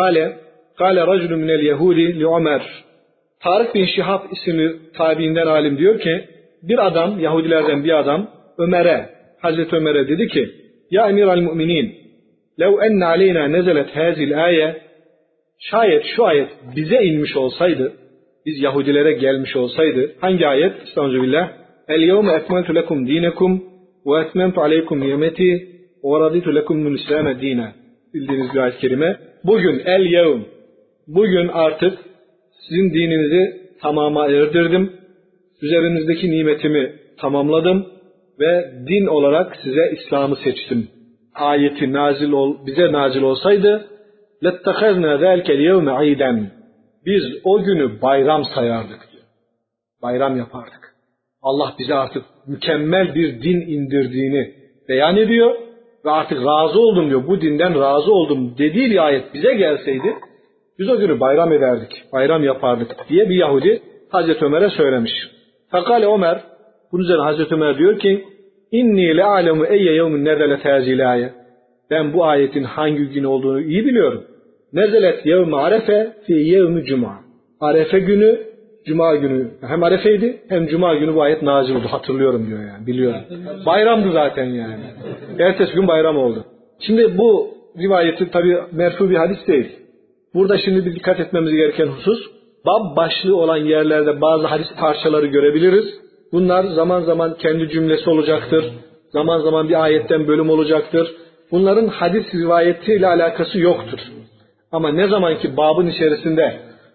kâle racülü minel Yehudi li Ömer. Tarık bin Şihab isimli tabiinden alim diyor ki bir adam, Yahudilerden bir adam Hazreti Ömer'e dedi ki ya emiral müminin lev enne aleyna nezelet hazil aye şayet şu ayet bize inmiş olsaydı, biz Yahudilere gelmiş olsaydı, hangi ayet? Estağfirullah. El yevme etmentu lekum dinekum ve etmentu aleykum nimeti وَرَضِيتُ لَكُمْ الْإِسْلَامَ دِينًا. Bildiğiniz bir ayet-i kerime. Bugün el-yevm. Bugün artık sizin dininizi tamama erdirdim. Üzerinizdeki nimetimi tamamladım ve din olarak size İslam'ı seçtim. Ayeti bize nazil olsaydı لَتَّخَذْنَا ذَلْكَ الْيَوْمَ عِيدًا. Biz o günü bayram sayardık diyor. Bayram yapardık. Allah bize artık mükemmel bir din indirdiğini beyan ediyor ve artık razı oldum diyor. Bu dinden razı oldum dediği bir ayet bize gelseydi biz o günü bayram ederdik, bayram yapardık diye bir Yahudi Hazreti Ömer'e söylemiş. Fakale Ömer, bunun üzerine Hazreti Ömer diyor ki İnni le'alemu eyye yevmin nezelet hazil ayet. Ben bu ayetin hangi gün olduğunu iyi biliyorum. Nezelet yevmi arefe fi yevmi cuma. Arefe günü, cuma günü hem arefeydi hem cuma günü bu ayet nazil oldu. Hatırlıyorum diyor yani, biliyorum. Bayramdı zaten yani. Ertesi gün bayram oldu. Şimdi bu rivayeti tabi merfu bir hadis değil. Burada şimdi bir dikkat etmemiz gereken husus, bab başlığı olan yerlerde bazı hadis parçaları görebiliriz. Bunlar zaman zaman kendi cümlesi olacaktır. Zaman zaman bir ayetten bölüm olacaktır. Bunların hadis rivayetiyle alakası yoktur. Ama ne zaman ki babın içerisinde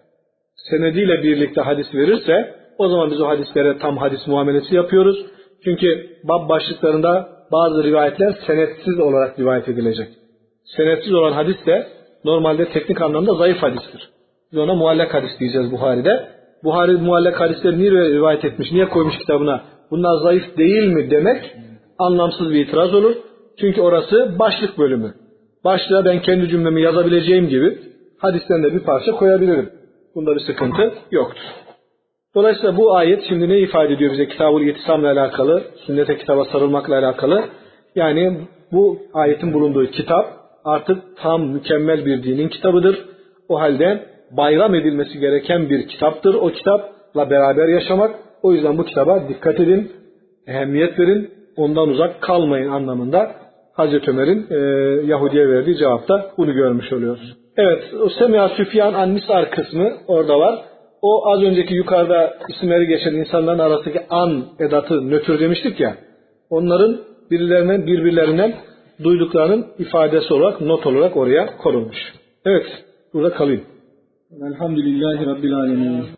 senediyle birlikte hadis verirse o zaman biz o hadislere tam hadis muamelesi yapıyoruz. Çünkü bab başlıklarında bazı rivayetler senetsiz olarak rivayet edilecek. Senetsiz olan hadis de normalde teknik anlamda zayıf hadistir. Biz ona muallak hadis diyeceğiz Buhari'de. Buhari muallak hadisleri niye rivayet etmiş, niye koymuş kitabına? Bunlar zayıf değil mi demek anlamsız bir itiraz olur. Çünkü orası başlık bölümü. Başlığa ben kendi cümlemi yazabileceğim gibi hadisten de bir parça koyabilirim. Bunda bir sıkıntı yoktur. Dolayısıyla bu ayet şimdi ne ifade ediyor bize Kitab-ül İtisam'la alakalı, sünnete kitaba sarılmakla alakalı? Yani bu ayetin bulunduğu kitap artık tam mükemmel bir dinin kitabıdır. O halde bayram edilmesi gereken bir kitaptır. O kitapla beraber yaşamak. O yüzden bu kitaba dikkat edin, ehemmiyet verin, ondan uzak kalmayın anlamında Hazreti Ömer'in Yahudi'ye verdiği cevapta bunu görmüş oluyoruz. Evet, o Semiha Süfyan an-Nisar kısmı orada var. O az önceki yukarıda isimleri geçen insanların arasındaki an edatı nötr demiştik ya. Onların birbirlerinden duyduklarının ifadesi olarak, not olarak oraya konulmuş. Evet, burada kalayım. Elhamdülillahi Rabbil Alemin.